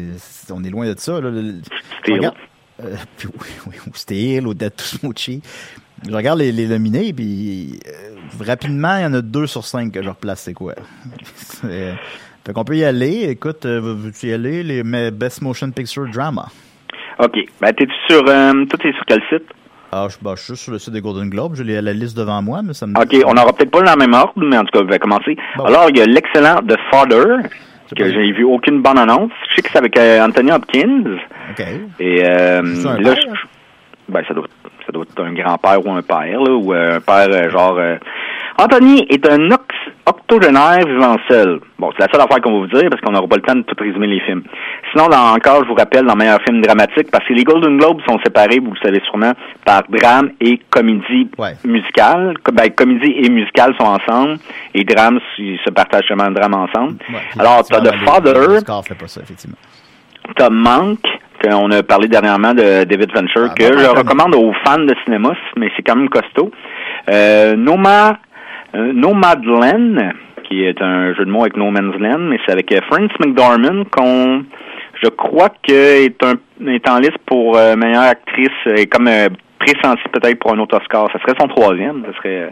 On est loin de ça, là. Steel. Regarde, euh, puis, oui, oui, ou Steel, ou Death to Smoochie. Je regarde les, les nominés, puis euh, rapidement, il y en a deux sur cinq que je replace, c'est quoi. c'est, fait qu'on peut y aller. Écoute, euh, veux-tu y aller? Les Best Motion Picture Drama. OK. Ben, t'es-tu sur... Euh, toi, t'es sur quel site? Ah, je, ben, je suis sur le site des Golden Globes. J'ai la liste devant moi, mais ça me... OK. On n'aura peut-être pas dans le même ordre, mais en tout cas, je vais commencer. Bon. Alors, il y a l'excellent The Father, c'est que j'ai vu aucune bonne annonce. Je sais que c'est avec euh, Anthony Hopkins. OK. Et euh, un là, père? je, ben, ça doit, ça doit être un grand-père ou un père, là, ou euh, un père, euh, genre... Euh, Anthony est un ox- octogénaire vivant seul. Bon, c'est la seule affaire qu'on va vous dire, parce qu'on n'aura pas le temps de tout résumer les films. Sinon, dans, encore, je vous rappelle, dans meilleur film dramatique, parce que les Golden Globes sont séparés, vous le savez sûrement, par drame et comédie ouais. musicale. Ben, comédie et musicale sont ensemble, et drame, ils se partagent seulement le drame ensemble. Ouais, alors, t'as The Father, fait pas ça, effectivement. t'as Manque, qu'on a parlé dernièrement de David Fincher, ah, que ben, je ben, recommande ben. aux fans de cinéma, mais c'est quand même costaud. Euh, Noma, euh, Nomadland, qui est un jeu de mots avec No Man's Land, mais c'est avec euh, Frances McDormand qu'on, je crois que est un est en liste pour euh, meilleure actrice et comme euh, pressentie peut-être pour un autre Oscar. Ça serait son troisième, ça serait,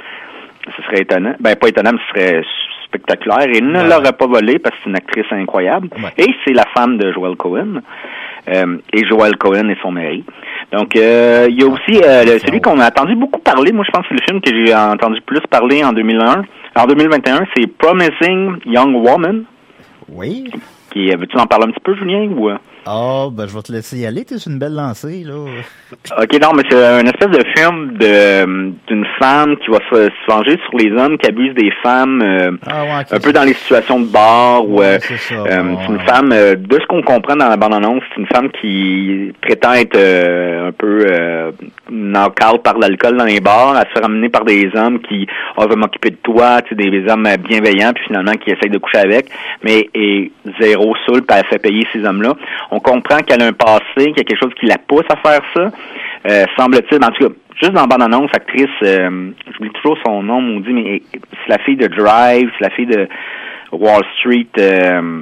ce serait étonnant. Ben pas étonnant, mais ce serait spectaculaire. Et il ne ouais. l'aurait pas volé parce que c'est une actrice incroyable. Ouais. Et c'est la femme de Joel Cohen. Euh, et Joel Cohen est son mari. Donc, euh, il y a aussi euh, le, celui qu'on a entendu beaucoup parler. Moi, je pense que c'est le film que j'ai entendu plus parler en deux mille un. En deux mille vingt et un, c'est Promising Young Woman. Oui. Qui, veux-tu en parler un petit peu, Julien, ou... Ah, oh, ben je vais te laisser y aller, t'es une belle lancée, là. OK, non, mais c'est une espèce de film de d'une femme qui va se, se venger sur les hommes qui abusent des femmes, euh, ah, ouais, okay, un peu dans les situations de bar. Ou, ouais, euh, c'est ça, euh, ouais. c'est une femme, euh, de ce qu'on comprend dans la bande-annonce, c'est une femme qui prétend être euh, un peu euh, knock-out par l'alcool dans les bars, à se faire amener par des hommes qui oh, veulent m'occuper de toi, tu sais, des, des hommes bienveillants, puis finalement qui essayent de coucher avec, mais et zéro saoul, puis elle fait payer ces hommes-là. On comprend qu'elle a un passé, qu'il y a quelque chose qui la pousse à faire ça. Euh, semble-t-il, en tout cas, juste dans la bande-annonce, actrice, euh, j'oublie toujours son nom, on dit, mais c'est la fille de Drive, c'est la fille de Wall Street, euh,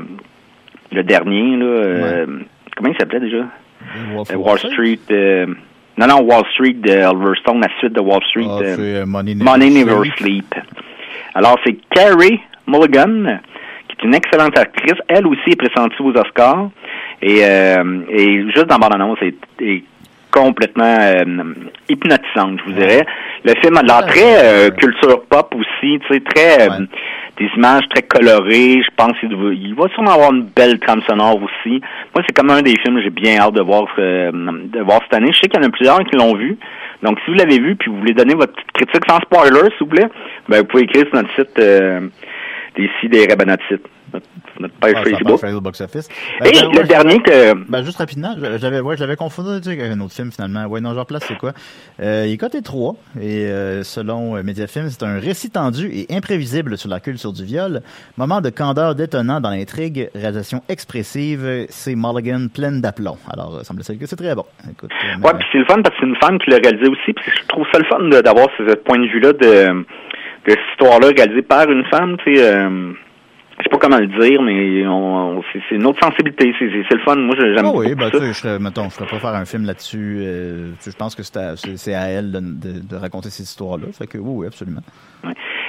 le dernier, là. Euh, ouais. Comment il s'appelait déjà? Wall, euh, Wall Street. Euh, non, non, Wall Street de Oliver Stone, la suite de Wall Street. Oh, euh, c'est Money Never, Money Never Sleep. Sleep. Alors, c'est Carey Mulligan, qui est une excellente actrice. Elle aussi est pressentie aux Oscars. Et, euh, et juste dans la bande-annonce, est, est complètement euh, hypnotisante, je vous dirais. Le film a de l'air très euh, culture pop aussi, tu sais, très euh, ouais. des images très colorées. Je pense qu'il va, il va sûrement avoir une belle trame sonore aussi. Moi, c'est comme un des films que j'ai bien hâte de voir euh, de voir cette année. Je sais qu'il y en a plusieurs qui l'ont vu. Donc, si vous l'avez vu puis vous voulez donner votre petite critique sans spoiler, s'il vous plaît, ben vous pouvez écrire sur notre site euh, des Sidérés à notre site. Notre, notre page ouais, Facebook. Facebook Box Office. Ben, Et ben, le ouais, dernier que... Ben, juste rapidement, j'avais, ouais, je l'avais confondu avec un autre film, finalement. Ouais, non, je replace, c'est quoi? Euh, il est coté trois. Et, euh, selon euh, Mediafilm, c'est un récit tendu et imprévisible sur la culture du viol. Moment de candeur détonnant dans l'intrigue. Réalisation expressive. C'est Mulligan pleine d'aplomb. Alors, euh, semble-t-il que c'est très bon. Écoute, euh, ouais, puis c'est le fun parce que c'est une femme qui l'a réalisé aussi. Puis je trouve ça le fun de, d'avoir ce point de vue-là de, de cette histoire-là réalisée par une femme, tu sais... Euh, je sais pas comment le dire, mais on, on, c'est, c'est une autre sensibilité. C'est, c'est, c'est le fun. Moi, j'aime oh beaucoup oui, ben, ça. Tu sais, je serais, mettons, je ferais pas faire un film là-dessus. Euh, je pense que c'est à, c'est, c'est à elle de, de, de raconter ces histoires-là. Fait que oui, oui, absolument. Ouais.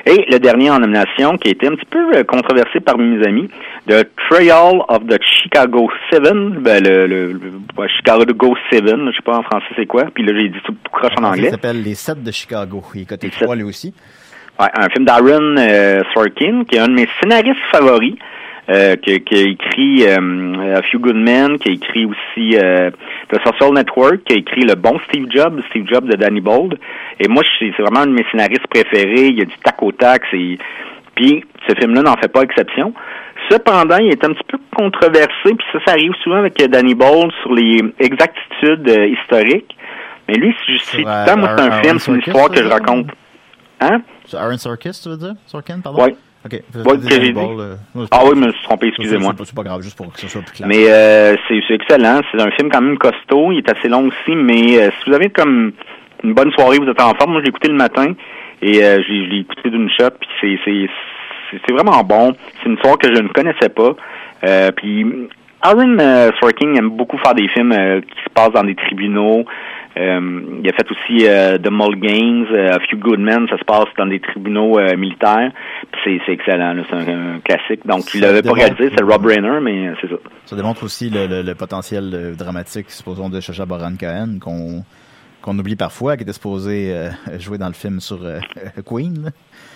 Et le dernier en nomination, qui a été un petit peu euh, controversé parmi mes amis, The Trial of the Chicago Seven, ben, le, le, le ouais, Chicago Seven, je sais pas en français c'est quoi, puis là j'ai dit tout, tout croche en, en anglais. Il s'appelle Les Sept de Chicago, il est coté trois lui aussi. Ouais, un film d'Aaron euh, Sorkin, qui est un de mes scénaristes favoris, euh, qui, qui a écrit euh, A Few Good Men, qui a écrit aussi euh, The Social Network, qui a écrit Le Bon Steve Jobs, Steve Jobs de Danny Boyle. Et moi, c'est vraiment un de mes scénaristes préférés. Il y a du tac au tac. C'est... Puis, ce film-là n'en fait pas exception. Cependant, il est un petit peu controversé, puis ça, ça arrive souvent avec Danny Boyle sur les exactitudes euh, historiques. Mais lui, si je suis tout le temps, moi, c'est un film, c'est une histoire que je raconte. Hein? C'est Aaron Sorkin, tu veux dire? Sorkin, pardon? Oui. OK. Ouais, que j'ai dit. Euh, ah oui, mais je me suis trompé, excusez-moi. C'est pas grave, juste pour que ce soit plus clair. Mais euh, c'est, c'est excellent. C'est un film quand même costaud. Il est assez long aussi, mais euh, si vous avez comme une bonne soirée, vous êtes en forme. Moi, je l'ai écouté le matin et euh, je l'ai écouté d'une shot, puis c'est, c'est, c'est, c'est vraiment bon. C'est une histoire que je ne connaissais pas. Euh, puis Aaron euh, Sorkin aime beaucoup faire des films euh, qui se passent dans des tribunaux. Euh, il a fait aussi euh, The Mulgains, euh, A Few Good Men, ça se passe dans des tribunaux euh, militaires. Puis c'est, c'est excellent, là, c'est un, un classique. Donc, il l'avait pas réalisé, c'est Rob Reiner, mais euh, c'est ça. Ça démontre aussi le, le, le potentiel euh, dramatique, supposons, de Sacha Baron Cohen, qu'on, qu'on oublie parfois, qui était supposé euh, jouer dans le film sur euh, Queen. Là.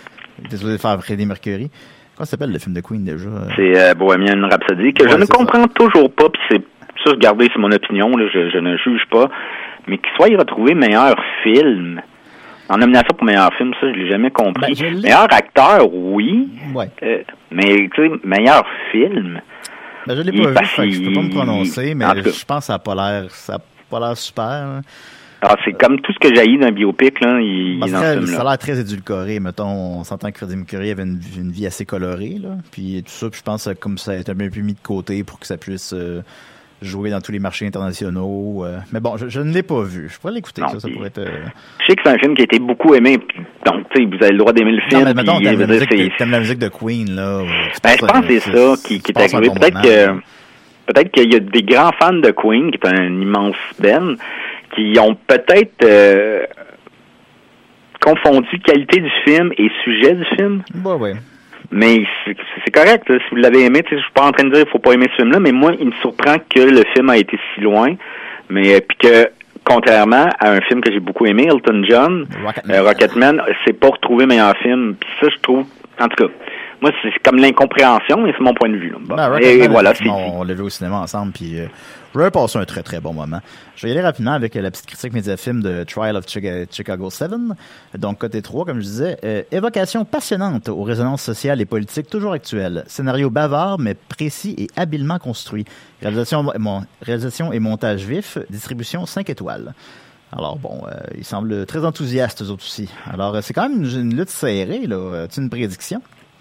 Il était supposé faire Freddie Mercury. Comment s'appelle le film de Queen déjà? C'est euh, Bohemian Rhapsody, que ouais, je ne comprends ça. toujours pas, puis c'est ça, regardez, c'est mon opinion, là, je, je ne juge pas. Mais qu'il soit retrouvé meilleur film. En nomination pour meilleur film, ça, je l'ai jamais compris. Ben, meilleur acteur, oui. Ouais. Euh, mais, tu sais, meilleur film. Ben, je l'ai pas vu, fait que je peux pas me prononcer, mais je pense que ça a pas l'air, ça a pas l'air super. Hein. Alors, c'est euh, comme tout ce que j'ai d'un biopic, là, il, ben, il est dans ça, ce film-là. Ça a l'air très édulcoré, mettons, on s'entend que Freddie Mercury avait une, une vie assez colorée, là. Puis tout ça, puis je pense que comme ça a été un peu mis de côté pour que ça puisse... Euh, jouer dans tous les marchés internationaux. Euh, mais bon, je, je ne l'ai pas vu. Je pourrais l'écouter, non, ça, ça pourrait être... Euh... Je sais que c'est un film qui a été beaucoup aimé, pis, donc, tu sais, vous avez le droit d'aimer le film. Non, mais mettons, t'aimes, la dire, musique, de, t'aimes la musique de Queen, là. Ben, je pense que c'est, c'est ça qui, qui est arrivé. Peut-être moment, que, là. peut-être qu'il y a des grands fans de Queen, qui est un immense band, qui ont peut-être euh, confondu qualité du film et sujet du film. Bah, ouais. Mais c'est, c'est correct, là, si vous l'avez aimé, je suis pas en train de dire qu'il faut pas aimer ce film-là, mais moi, il me surprend que le film a été si loin, mais puis que, contrairement à un film que j'ai beaucoup aimé, Elton John, Rocketman, euh, Rocketman c'est pas retrouvé meilleur film, puis ça, je trouve, en tout cas, moi, c'est comme l'incompréhension, mais c'est mon point de vue. Là. Bon. Ben, et, et voilà, c'est on, on l'a vu au cinéma ensemble, puis euh, je vais passer un très très bon moment. Je vais y aller rapidement avec euh, la petite critique Mediafilm de Trial of Chicago Seven. Donc, côté trois, comme je disais, euh, évocation passionnante aux résonances sociales et politiques toujours actuelles. Scénario bavard, mais précis et habilement construit. Réalisation, mon, réalisation et montage vif. Distribution cinq étoiles. Alors bon, euh, ils semblent très enthousiastes, eux autres aussi. Alors, euh, c'est quand même une, une lutte serrée, là. As-tu une prédiction?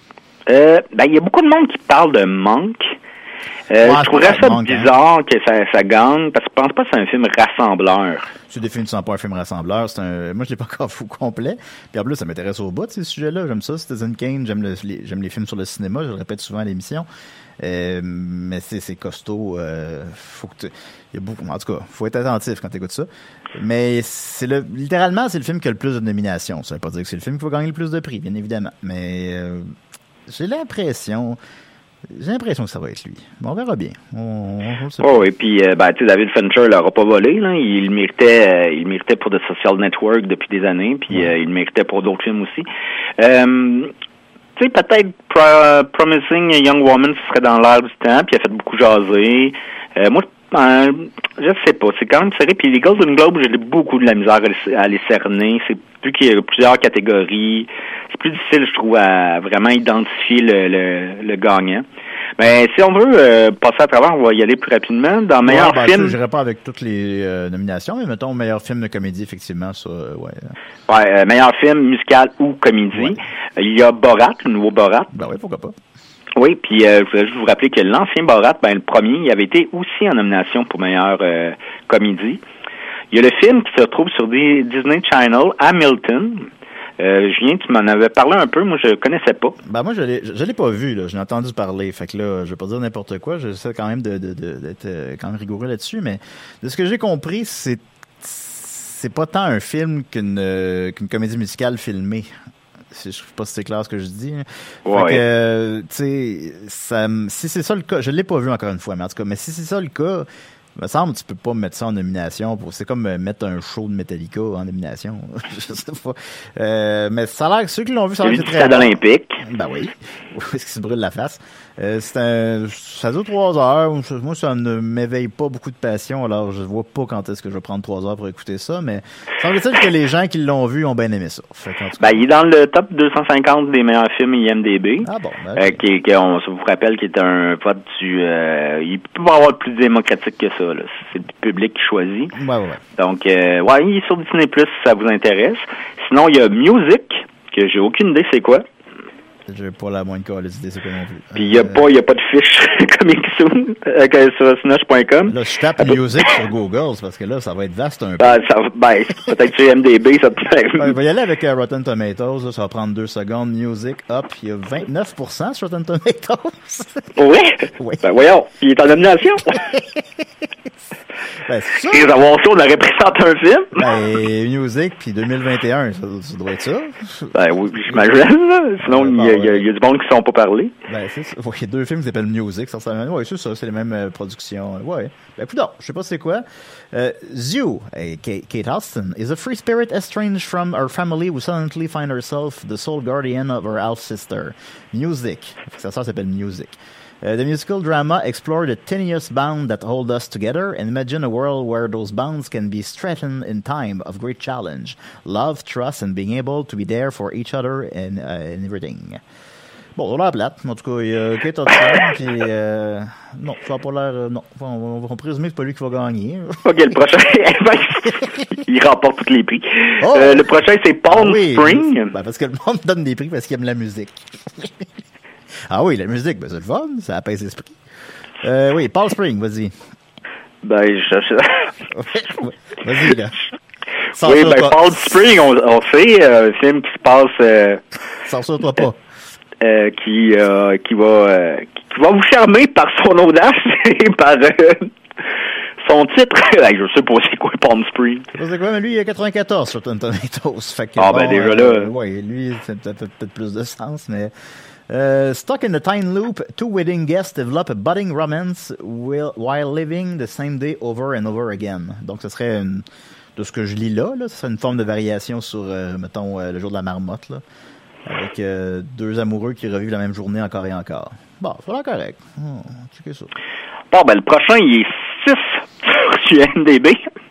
Euh, ben, il y a beaucoup de monde qui parle de manque. Euh, ouais, je trouverais ça manque, bizarre hein? que ça, ça gagne, parce que je pense pas que c'est un film rassembleur. C'est définitivement pas un film rassembleur. C'est un... Moi, je l'ai pas encore fou complet. Puis en plus, ça m'intéresse au bout, ces sujets-là. J'aime ça, Citizen Kane. J'aime, le, les, j'aime les films sur le cinéma. Je le répète souvent à l'émission. Euh, mais c'est, c'est costaud. Euh, faut que tu... Il y a beaucoup... En tout cas, faut être attentif quand tu écoutes ça. Mais c'est le... littéralement, c'est le film qui a le plus de nominations. Ça veut pas dire que c'est le film qui va gagner le plus de prix, bien évidemment. Mais euh, j'ai l'impression... J'ai l'impression que ça va être lui. Mais on verra bien. On, on oh, et puis, euh, ben, tu sais, David Fincher l'aura pas volé, là. Il méritait, euh, il méritait pour The Social Network depuis des années, puis ouais. euh, il méritait pour d'autres films aussi. Euh, tu sais, peut-être Pro- Promising Young Woman, ce serait dans l'air du temps, puis il a fait beaucoup jaser. Euh, moi, euh, je sais pas, c'est quand même serré. Puis les Golden Globes, j'ai beaucoup de la misère à les cerner. C'est plus qu'il y a plusieurs catégories. C'est plus difficile, je trouve, à vraiment identifier le, le, le gagnant. Mais si on veut euh, passer à travers, on va y aller plus rapidement. Dans meilleur ouais, ben, film... Je n'irai pas avec toutes les euh, nominations, mais mettons meilleur film de comédie, effectivement, ça, euh, ouais. Ouais, euh, meilleur film musical ou comédie. Ouais. Il y a Borat, le nouveau Borat. Ben oui, pourquoi pas. Oui, puis euh, je voudrais juste vous rappeler que l'ancien Borat, ben le premier, il avait été aussi en nomination pour meilleure euh, comédie. Il y a le film qui se retrouve sur Disney Channel, Hamilton. Euh, Julien, tu m'en avais parlé un peu, moi je connaissais pas. Ben moi je l'ai je l'ai pas vu, là, je l'ai entendu parler, fait que là, je vais pas dire n'importe quoi, j'essaie quand même de, de, de d'être quand même rigoureux là-dessus, mais de ce que j'ai compris, c'est c'est pas tant un film qu'une qu'une comédie musicale filmée. Je sais pas si c'est clair ce que je dis. Hein. Ouais. Fait que, euh, tu sais, ça, si c'est ça le cas, je l'ai pas vu encore une fois, mais en tout cas, mais si c'est ça le cas, il me semble que tu peux pas mettre ça en nomination. Pour, c'est comme mettre un show de Metallica en nomination. Je sais pas. Euh, mais ça a l'air que ceux qui l'ont vu, ça a l'air que c'est très stade bon. olympique. Ben oui. Est-ce qu'il se brûle la face? Euh, c'est un, ça dure trois heures. Moi, ça ne m'éveille pas beaucoup de passion, alors je vois pas quand est-ce que je vais prendre trois heures pour écouter ça, mais semble-t-il que les gens qui l'ont vu ont bien aimé ça. Fait qu'en tout cas, Ben, il est dans le top deux cent cinquante des meilleurs films I M D B. ah bon, ben, Euh, qui, qui, on se vous rappelle qu'il est un vote du... Euh, il peut pas avoir plus démocratique que ça. Là. C'est le public qui choisit. ouais, ouais, ouais. Donc, euh, ouais, il est sur Disney plus si ça vous intéresse. Sinon, il y a Music, que j'ai aucune idée c'est quoi. J'ai pas la moindre calice d'idée c'est quoi non plus. Puis il y a Euh, pas, il y a pas de fiche coming soon euh, sur sinoche point com. Là, je tape music sur Google, c'est parce que là, ça va être vaste un peu. Ben, ça, ben, peut-être sur I M D B, ça peut On va y aller avec uh, Rotten Tomatoes, là, ça va prendre deux secondes. Music, hop, il y a vingt-neuf pour cent sur Rotten Tomatoes. Oui? Oui. Ben voyons, il est en nomination. Ben, c'est ça. Et avoir ça, on aurait présenté un film. Ben, Music, puis deux mille vingt et un, ça, ça doit être ça. Ben oui, j'imagine, là. Sinon, il y, a, il y a- il y a du monde qui ne sont pas parlés. Ben, c'est ça. Ouais, il y a deux films qui s'appellent Music, ça ressemble à... Ouais, c'est ça, c'est les mêmes euh, productions. Ouais. Ben, écoute, je sais pas c'est quoi. Euh, Zoo, eh, Kate, Kate Austin, is a free spirit estranged from our family who suddenly find herself the sole guardian of her half sister. Music. Ça, ça s'appelle Music. Uh, the musical drama explores the tenuous bond that hold us together and imagine a world where those bonds can be strengthened in time of great challenge, love, trust, and being able to be there for each other and, uh, and everything. Bon, on a l'air plate. En tout cas, il y a Kate Hudson, puis euh, non, ça n'a pas l'air... euh, non, on, on va présumer que c'est pas lui qui va gagner. OK, le prochain, il remporte tous les prix. Oh! Euh, le prochain, c'est Palm Ah oui, Spring. ben, parce que le monde donne des prix parce qu'il aime la musique. Ah oui, la musique, ben c'est le fun, ça apaise l'esprit. Euh, oui, Palm Spring, vas-y. Ben, je... je- Vas-y, là. Sans oui, ça, ben, toi. Palm Spring, on, on sait, euh, un film qui se passe... Euh, Censure-toi pas. euh, qui, euh, qui, va, euh, qui va vous charmer par son audace et par... euh, son titre, je sais pas c'est quoi Palm Spring. Je sais pas c'est quoi, mais lui, il a quatre-vingt-quatorze sur Rotten Tomatoes. Fait que, Ah, ben, déjà là. Euh, oui, lui, ça fait peut-être plus de sens, mais... Uh, stuck in the time loop, two wedding guests develop a budding romance while, while living the same day over and over again. Donc, ce serait une, de ce que je lis là, là, ce serait une forme de variation sur, euh, mettons, euh, le jour de la marmotte, là, avec euh, deux amoureux qui revivent la même journée encore et encore. Bon, ça a l'air correct. Oh, checker ça. Bon, ben, le prochain, il est six sur I M D B.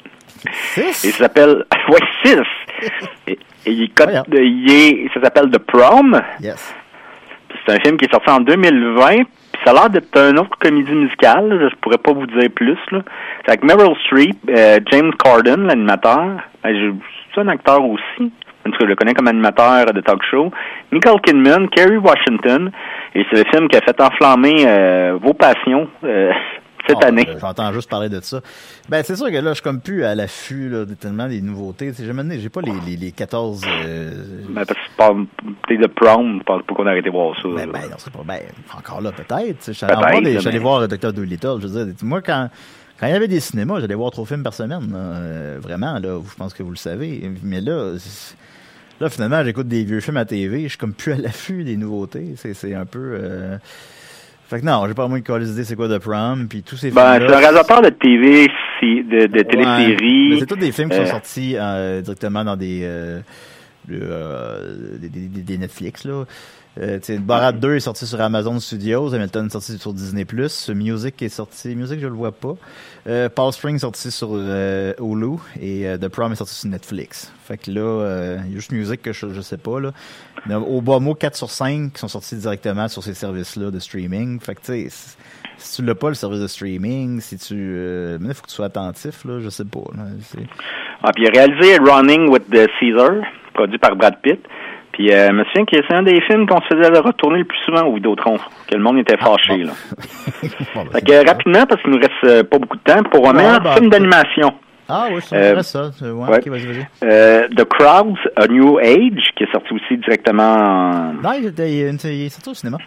Six? Il s'appelle... Ouais, six. Et, et il, cote, Voyons. il est, ça s'appelle The Prom. Yes. C'est un film qui est sorti en deux mille vingt. Puis ça a l'air d'être une autre comédie musicale. Là, je pourrais pas vous dire plus. Là. C'est avec Meryl Streep, euh, James Corden, l'animateur. Euh, c'est un acteur aussi. En tout cas, je le connais comme animateur de talk show. Nicole Kidman, Kerry Washington. Et c'est le film qui a fait enflammer euh, vos passions euh, cette Oh, année. euh, J'entends juste parler de ça. Ben, c'est sûr que là, je suis comme plus à l'affût là, de tellement des nouveautés. Tu sais, j'ai j'ai pas les, les, les quatorze... Euh... Ben, parce que c'est pas, t'es de Prom, je pense pas qu'on a arrêté de voir ça. Ben, là. ben, non, c'est pas... Ben, encore là, peut-être. Je suis allé Peut-être, voir, des- là, je suis allé mais- voir le Docteur Dolittle. Je veux dire, moi, quand... Quand il y avait des cinémas, j'allais voir trois films par semaine. Là. Euh, vraiment, là, je pense que vous le savez. Mais là, c'est- là finalement, j'écoute des vieux films à T V. Je suis comme plus à l'affût des nouveautés. C'est, c'est un peu... Euh... Fait que non, j'ai pas moins de idée c'est quoi The Prom, puis tous ces Ben, films-là. c'est un réalisateur de T V, si- de, de Ouais, téléséries. mais c'est tous des films qui Euh, sont sortis euh, directement dans des, euh, le, euh, des, des, des Netflix, là. Euh, tu sais, Borat deux est sorti sur Amazon Studios, Hamilton est sorti sur Disney plus, Music est sorti, Music je le vois pas, euh, Palm Springs est sorti sur euh, Hulu et euh, The Prom est sorti sur Netflix. Fait que là, euh, il y a juste Music que je, je sais pas là. Mais au bas mot quatre sur cinq qui sont sortis directement sur ces services-là de streaming. Fait que tu sais, si tu l'as pas le service de streaming, si tu, euh, mais il faut que tu sois attentif là, je sais pas. Là, c'est... Ah, puis il a réalisé Running with the Caesar, produit par Brad Pitt. Puis euh, je me souviens que c'est un des films qu'on se faisait retourner le plus souvent au Vidéotron, que le monde était fâché. Ah, bon. Là. Bon, ben, Fait c'est que bien. rapidement, parce qu'il nous reste euh, pas beaucoup de temps, pour un Ouais, meilleur ben, film d'animation. Ah oui, ça Euh, m'intéresse ça. Ouais, ouais. ok, vas-y, vas-y. Euh, The Crowds, A New Age, qui est sorti aussi directement en... Non, il, était- il, il, il est sorti au cinéma.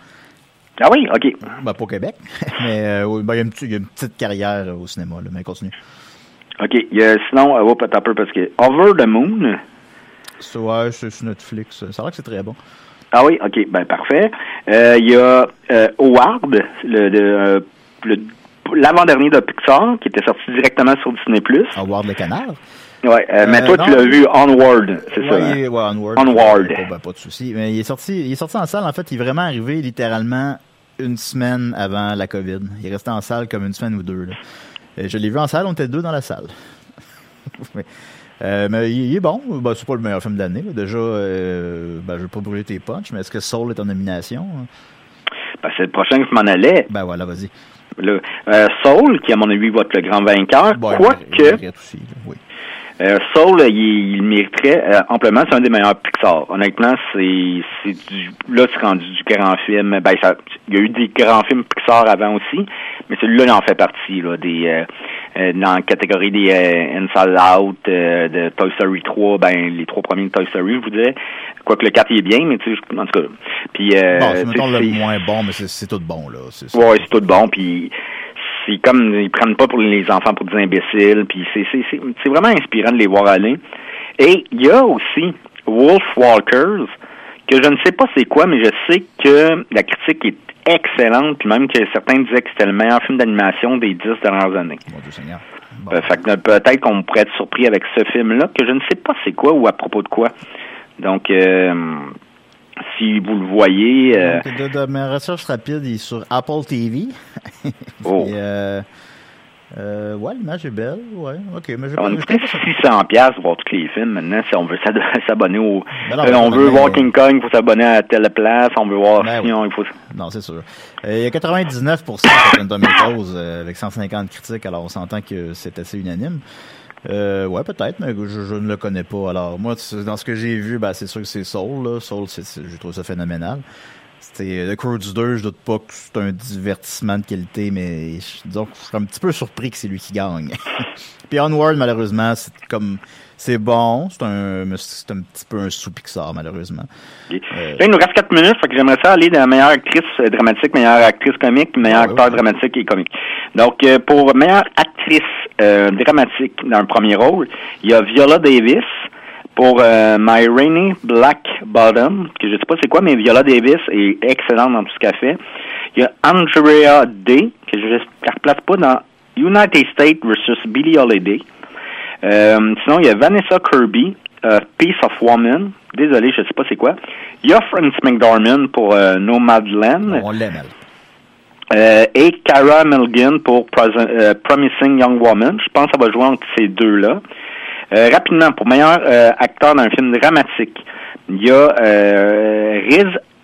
Ah oui, OK. Ben, pas au Québec. Mais euh, oui, ben, il, y a une, petite- il y a une petite carrière euh, au cinéma, là, mais continue. OK. Il y a, sinon, euh, hop, attends un peu, parce que Over the Moon, C'est, ouais, c'est sur Netflix. Ça a l'air que c'est très bon. Ah oui, ok, ben parfait. Il euh, y a euh, Howard, le, le, euh, le l'avant-dernier de Pixar, qui était sorti directement sur Disney plus. Howard le canard? Ouais, euh, mais toi, non, tu l'as vu Onward, c'est ouais, ça? Hein? Est, ouais, Onward. Onward. Pas, ben, pas de souci. Mais il est sorti, il est sorti en salle. En fait, il est vraiment arrivé littéralement une semaine avant la COVID. Il est resté en salle comme une semaine ou deux. Là. Je l'ai vu en salle, on était deux dans la salle. mais, euh, mais il, il est bon. Ben, c'est pas le meilleur film de l'année. Là. Déjà, euh, ben, je vais pas brûler tes punchs, mais est-ce que Soul est en nomination? Ben, c'est le prochain que je m'en allais. Ben voilà, vas-y. Le, euh, Soul, qui à mon avis va être le grand vainqueur, bon, quoique aussi, oui. euh, Soul, il, il mériterait euh, amplement, c'est un des meilleurs Pixar. Honnêtement, c'est, c'est du, là c'est rendu du grand film. Ben, ça, il y a eu des grands films Pixar avant aussi, mais celui-là il en fait partie là, des euh, euh, dans la catégorie des euh, Inside Out, euh, de Toy Story trois, ben les trois premiers de Toy Story, je vous dirais. Quoique le quatre il est bien, mais tu sais, en tout cas. Puis euh, bon, c'est mettons le moins bon, mais c'est, c'est tout bon là. C'est, c'est ouais, c'est tout bon. Puis c'est comme ils prennent pas pour les enfants pour des imbéciles. Puis c'est c'est c'est, c'est vraiment inspirant de les voir aller. Et il y a aussi Wolfwalkers, que je ne sais pas c'est quoi, mais je sais que la critique est excellente, puis même que certains disaient que c'était le meilleur film d'animation des dix dernières années. Mon Dieu Seigneur. Bon. Euh, fait que peut-être qu'on pourrait être surpris avec ce film-là, que je ne sais pas c'est quoi ou à propos de quoi. Donc, euh, si vous le voyez... Euh... Donc, de, de mes recherches rapides, il est sur Apple T V. oh. Et, euh, euh, ouais, l'image est belle. Ouais, ok. Mais je on je coûte six cents dollars pour voir tous les films. Maintenant, si on veut s'abonner au... Ben non, euh, on veut mais... voir King Kong, il faut s'abonner à telle place. On veut voir... Ben Sinon, oui. il faut... Non, c'est sûr. Euh, il y a quatre-vingt-dix-neuf pour cent sur Rotten Tomatoes euh, avec cent cinquante critiques. Alors, on s'entend que c'est assez unanime. Euh, ouais, peut-être, mais je, je ne le connais pas. Alors, moi, dans ce que j'ai vu, ben, c'est sûr que c'est Soul, là. Soul, c'est, c'est, je trouve ça phénoménal. C'était The Croods deux, je doute pas que c'est un divertissement de qualité, mais je, disons que je suis un petit peu surpris que c'est lui qui gagne. Puis Onward, malheureusement, c'est comme, c'est bon, c'est un, c'est un petit peu un sous-Pixar, malheureusement. Okay. Euh, Là, il nous reste quatre minutes, fait que j'aimerais ça aller de la meilleure actrice dramatique, meilleure actrice comique, meilleur ah, acteur ouais. dramatique et comique. Donc, euh, pour meilleure actrice euh, dramatique dans le premier rôle, il y a Viola Davis pour euh, My Rainy Black Bottom, que je sais pas c'est quoi, mais Viola Davis est excellente dans tout ce qu'elle fait. Il y a Andrea Day, que je ne replace pas dans United States versus Billie Holiday. Euh, sinon, il y a Vanessa Kirby, uh, Piece of Woman. Désolé, je sais pas c'est quoi. Il y a Frances McDormand pour euh, Nomadland. On l'aime, elle. Euh, et Cara Milligan pour Pros- euh, Promising Young Woman. Je pense que ça va jouer entre ces deux-là. Euh, rapidement, pour meilleur euh, acteur dans un film dramatique, il y a euh, Riz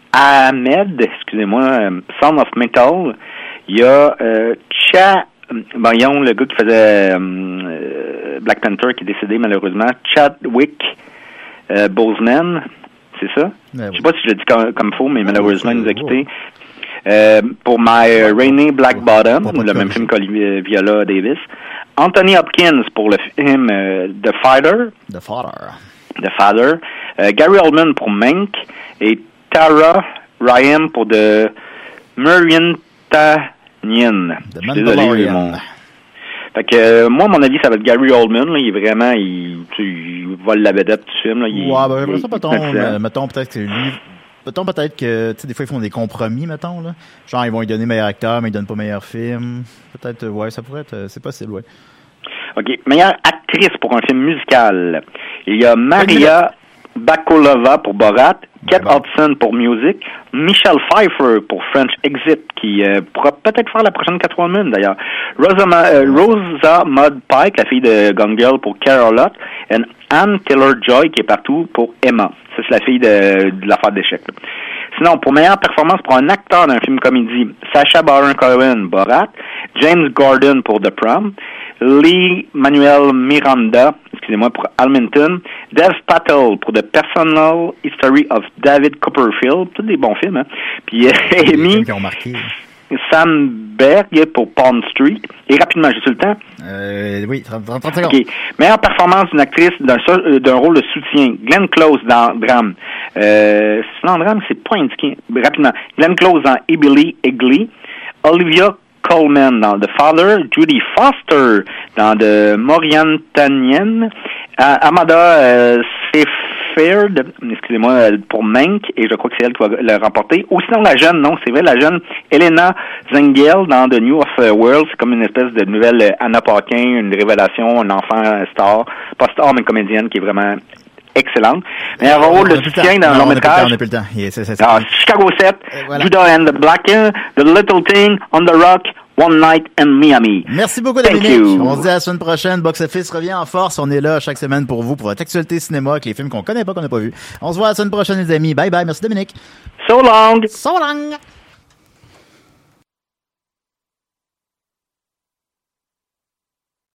Ahmed, excusez-moi, euh, Sound of Metal. Il y a euh, Cha, voyons, le gars qui faisait euh, Black Panther, qui est décédé malheureusement, Chadwick euh, Boseman, c'est ça? Ben, je sais oui. pas si je l'ai dit comme, comme faux, mais malheureusement, il nous a quittés. Euh, pour My uh, Rainy Black Bottom, le même film qu'Olivia Viola Davis. Anthony Hopkins pour le film euh, The Fighter. The Father. The Father. Euh, Gary Oldman pour Mank. Et Tara Ryan pour The Muriantanian. The Mandalorian. Mon... Fait que, euh, moi, à mon avis, ça va être Gary Oldman. Là, il est vraiment, il, il vole la vedette du film. Là, il, ouais, ben, il, ça, mettons, euh, mettons peut-être que lui... Mettons peut-être que, tu sais, des fois, ils font des compromis, mettons, là. Genre, ils vont lui donner meilleur acteur, mais ils donnent pas meilleur film. Peut-être, ouais, ça pourrait être, c'est possible, ouais. OK. Meilleure actrice pour un film musical. Il y a Maria Bakalova pour Borat, Kate bon. Hudson pour Music, Michelle Pfeiffer pour French Exit, qui euh, pourra peut-être faire la prochaine Catwoman, d'ailleurs. Rosa, euh, Rosa Maud Pike, la fille de Gone Girl, pour Carolot, et Anne Taylor-Joy, qui est partout, pour Emma. Ça, c'est la fille de, de l'affaire d'échecs. Là. Sinon, pour meilleure performance pour un acteur d'un film comédie, Sacha Baron Cohen, Borat, James Gordon pour The Prom, Lee Manuel Miranda, excusez-moi, pour Hamilton, Dev Patel pour The Personal History of David Copperfield, tous des bons films, hein. Puis euh, Amy Sam Berg pour Palm Street. Et rapidement, j'ai tout le temps? Euh, oui, trente, trente secondes. OK. Meilleure performance d'une actrice d'un, d'un rôle de soutien. Glenn Close dans Drame. Euh, sinon, Drame, c'est pas indiqué. Rapidement. Glenn Close dans Ebony Egley. Olivia Colman dans The Father. Judy Foster dans The Moriantanian. Euh, Amanda euh, Fair, de, excusez-moi, pour Mank, et je crois que c'est elle qui va le remporter. Ou sinon la jeune, non, c'est vrai, la jeune Elena Zengel dans The New of World, c'est comme une espèce de nouvelle Anna Paquin, une révélation, un enfant star, pas star, mais comédienne qui est vraiment excellente. Mais elle rôle de soutien dans le long métrage. On n'a plus le temps. Yeah, c'est, c'est, c'est. Ah, Chicago sept, voilà. Judah and the Black, The Little Thing, On the Rock, One Night in Miami. Merci beaucoup, Dominique. On se dit à la semaine prochaine. Box Office revient en force. On est là chaque semaine pour vous, pour votre actualité cinéma, avec les films qu'on connaît pas, qu'on n'a pas vus. On se voit la semaine prochaine, les amis. Bye bye. Merci, Dominique. So long. So long.